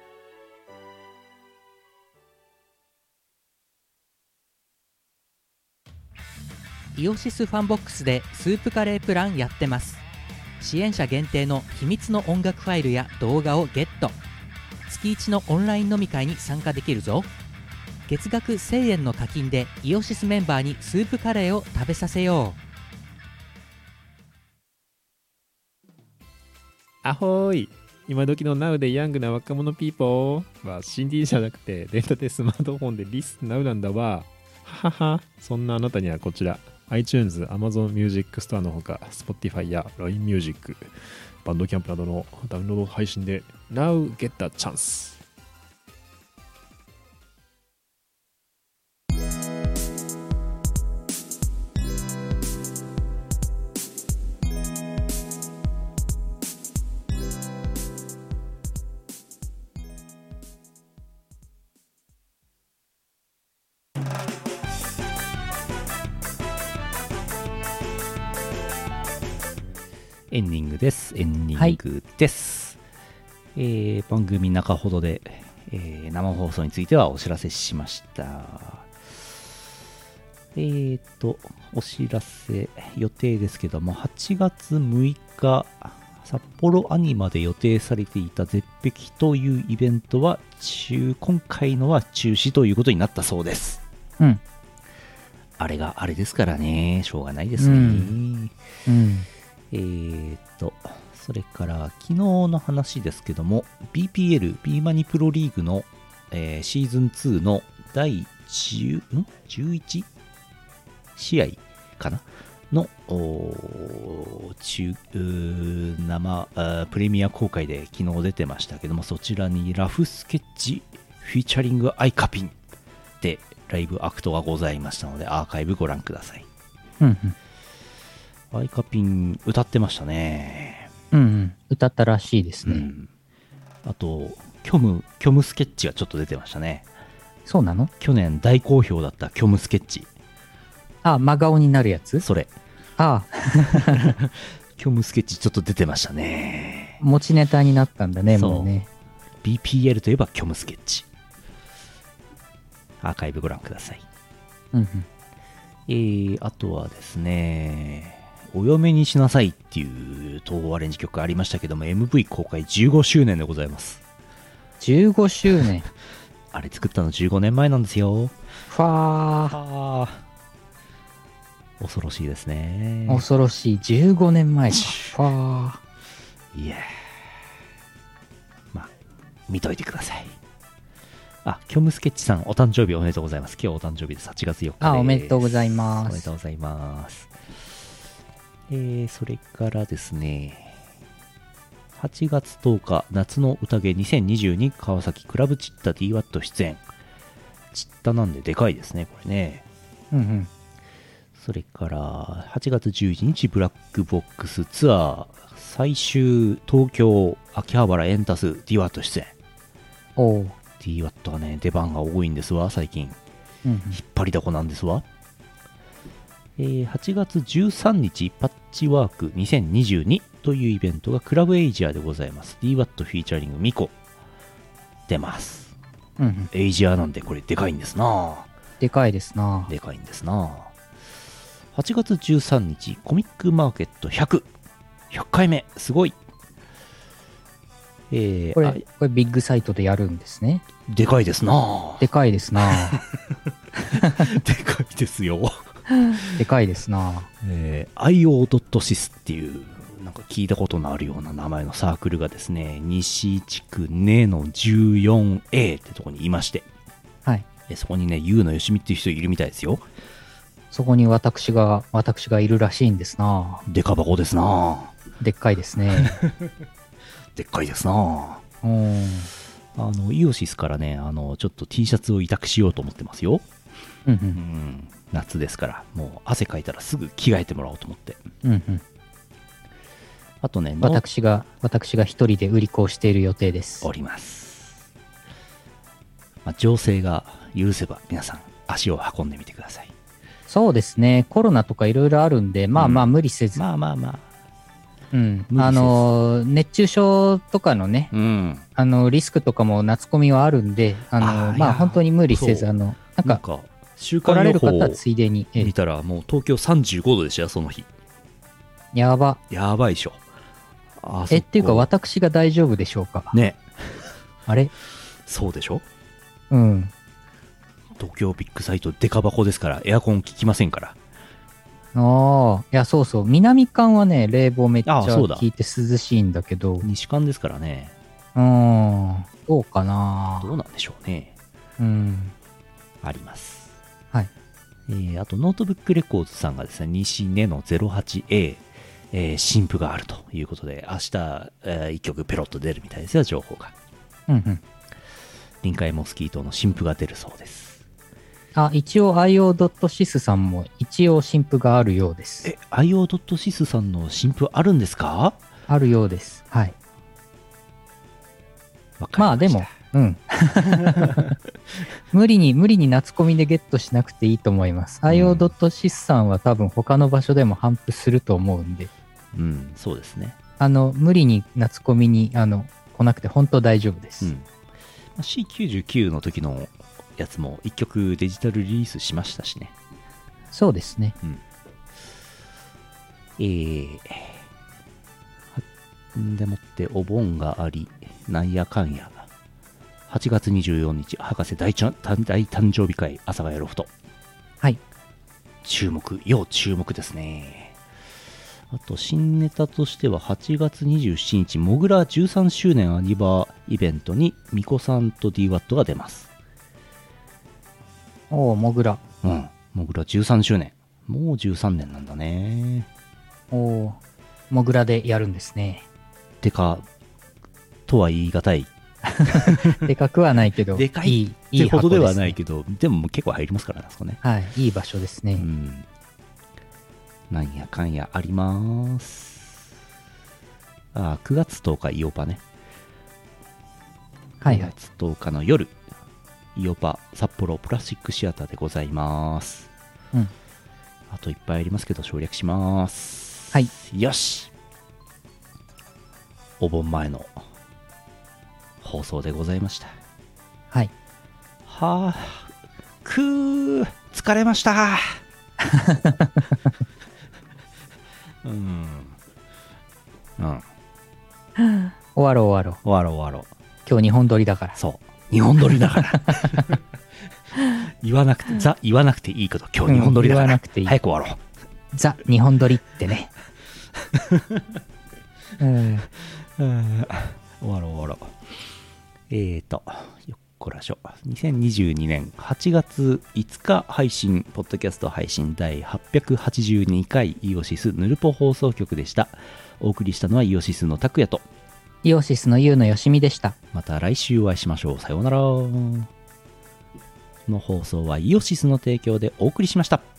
C: イオシスファンボックスでスープカレープランやってます。支援者限定の秘密の音楽ファイルや動画をゲット。月1のオンライン飲み会に参加できるぞ。月額1000円の課金でイオシスメンバーにスープカレーを食べさせよう。
D: アホーい、今時の Now でヤングな若者ピーポーは CD じゃなくてレンタでスマートフォンでリス Now なんだわ。ははは。そんなあなたにはこちら iTunes、Amazon Music Store のほか Spotify や LINE Music、バンドキャンプなどのダウンロード配信で Now get a chance。
B: エンディングです。エンディングです。番組中ほどで、生放送についてはお知らせしました。お知らせ予定ですけども、8月6日、札幌アニマで予定されていた絶壁というイベントは今回のは中止ということになったそうです。
A: うん。
B: あれがあれですからね、しょうがないですね。それから昨日の話ですけども BPL、ビーマニプロリーグの、シーズン2の第11試合かなの生プレミア公開で昨日出てましたけども、そちらにラフスケッチフィーチャリングアイカピンでライブアクトがございましたので、アーカイブご覧ください。アイカピン歌ってましたね。
A: 歌ったらしいですね。
B: あと虚無スケッチがちょっと出てましたね。
A: そうなの？
B: 去年大好評だった虚無スケッチ。
A: 真顔になるやつ？
B: それ。虚無スケッチちょっと出てましたね。
A: 持ちネタになったんだね、もうね。
B: BPL といえば虚無スケッチ。アーカイブご覧ください。あとはですね、 お嫁にしなさいっていう東宝アレンジ曲ありましたけども、 MV 公開15周年でございます。
A: 15周年。
B: あれ作ったの15年前なんですよ。
A: ファー。
B: あー、恐ろしいですね。
A: 恐ろしい。15年前か。ファー。
B: いやー、まあ見といてください。あ、キョムスケッチさんお誕生日おめでとうございます。今日お誕生日です。8月4日です。
A: あ、おめでとうございます。
B: おめでとうございます。それからですね、8月10日夏の宴2022川崎クラブチッタ DWAT 出演。チッタなんででかいですね、これね。
A: うんうん。
B: それから8月11日ブラックボックスツアー最終東京秋葉原エンタス DWAT 出演。
A: おう。
B: DWAT はね、出番が多いんですわ、最近。
A: うんうん。
B: 引っ張りだこなんですわ。8月13日、パッチワーク2022というイベントがクラブエイジアでございます。DWAT フィーチャリングミコ出ます。
A: うんうん。
B: エイジアなんでこれでかいんですな。
A: でかいですな。
B: でかいんですな。8月13日、コミックマーケット100回目、すごい。
A: これビッグサイトでやるんですね。
B: でかいですな。
A: でかいですな。
B: でかいですよ。
A: でかいですな。
B: IO.sys っていうなんか聞いたことのあるような名前のサークルがですね、西地区根の 14A ってとこにいまして、
A: はい。
B: そこにね、優野よしみっていう人いるみたいですよ。
A: そこに私がいるらしいんですな。
B: でかばこですな。
A: でっかいですね。
B: でっかいですな。
A: うん。
B: イオシスからね、ちょっと T シャツを委託しようと思ってますよ。
A: うんう。
B: うんん、夏ですから、もう汗かいたらすぐ着替えてもらおうと思って。
A: うんうん。
B: あとね、
A: 私が一人で売り子をしている予定です。
B: おります。まあ、情勢が許せば皆さん足を運んでみてください。
A: そうですね。コロナとかいろいろあるんで、まあまあ無理せず。
B: まあまあまあ。
A: うん。
B: 無理せず
A: 熱中症とかのね、
B: うん。
A: リスクとかも夏コミはあるんで、まあ本当に無理せず、
B: そう
A: なん
B: なん
A: か、
B: か週
A: 来ら
B: 間予報
A: れる方はついでに、
B: 見たらもう東京35度でしたよ、その日。
A: やば。
B: やばいでしょ。あ
A: っていうか私が大丈夫でしょうか。
B: ね。
A: あれ
B: そうでしょ。
A: うん。
B: 東京ビッグサイトデカ箱ですからエアコン効きませんから。
A: ああ、いや、そうそう。南館はね、冷房めっちゃ
B: あそうだ
A: 効いて涼しいんだけど、
B: 西館ですからね。
A: どうかな。
B: どうなんでしょうね。
A: うん。
B: あります。
A: はい。
B: あとノートブックレコーズさんがですね、西根の 08A、新譜があるということで、明日、1曲ペロッと出るみたいですよ、情報が。
A: うんうん。
B: 臨海モスキートの新譜が出るそうです。
A: あ、一応 IO.sys さんも一応新譜があるようです。
B: IO.sys さんの新譜あるんですか？
A: あるようです。はい。
B: わかりました。
A: まあでも、うん。無理に夏コミでゲットしなくていいと思います。IO.sys さんは多分他の場所でも頒布すると思うんで。
B: うん、そうですね。
A: 無理に夏コミに来なくて本当大丈夫です。
B: うん。C99 の時のやつも1曲デジタルリリースしましたしね。
A: そうですね。
B: でもってお盆があり、なんやかんや。8月24日、博士大誕生日会、阿佐ヶ谷ロフト。
A: はい。
B: 要注目ですね。あと、新ネタとしては、8月27日、モグラ13周年アニバーイベントに、ミコさんと DWAT が出ます。
A: おー、モグラ。
B: うん。モグラ13周年。もう13年なんだね。
A: おー、モグラでやるんですね。
B: でか、とは言い難い。
A: でかくはないけど、
B: でかいってほどではないけど、でも結構入りますからね、そこね。
A: はい、いい場所ですね。
B: うん。なんやかんやあります。9月10日、イオパね。
A: はいはい。
B: 9月10日の夜、イオパ札幌プラスチックシアターでございます。
A: うん。
B: あといっぱいありますけど省略します。
A: はい。
B: よし。お盆前の放送でございました。
A: はい。
B: はあ、疲れました。 うんうん
A: 終わろう終わろう。
B: 終わろう終わろう。
A: 今日2本撮りだから。
B: そう日本撮りだから言わなくていいけど今日日本撮りだから、
A: 言わなくていい。
B: 早く終わろう。
A: ザ日本撮りってね。
B: 終わろう。よっこらしょ。2022年8月5日配信、ポッドキャスト配信第882回イオシスヌルポ放送局でした。お送りしたのはイオシスの拓也と、
A: イオシスのユウのよしみでした。
B: また来週お会いしましょう。さようなら。この放送はイオシスの提供でお送りしました。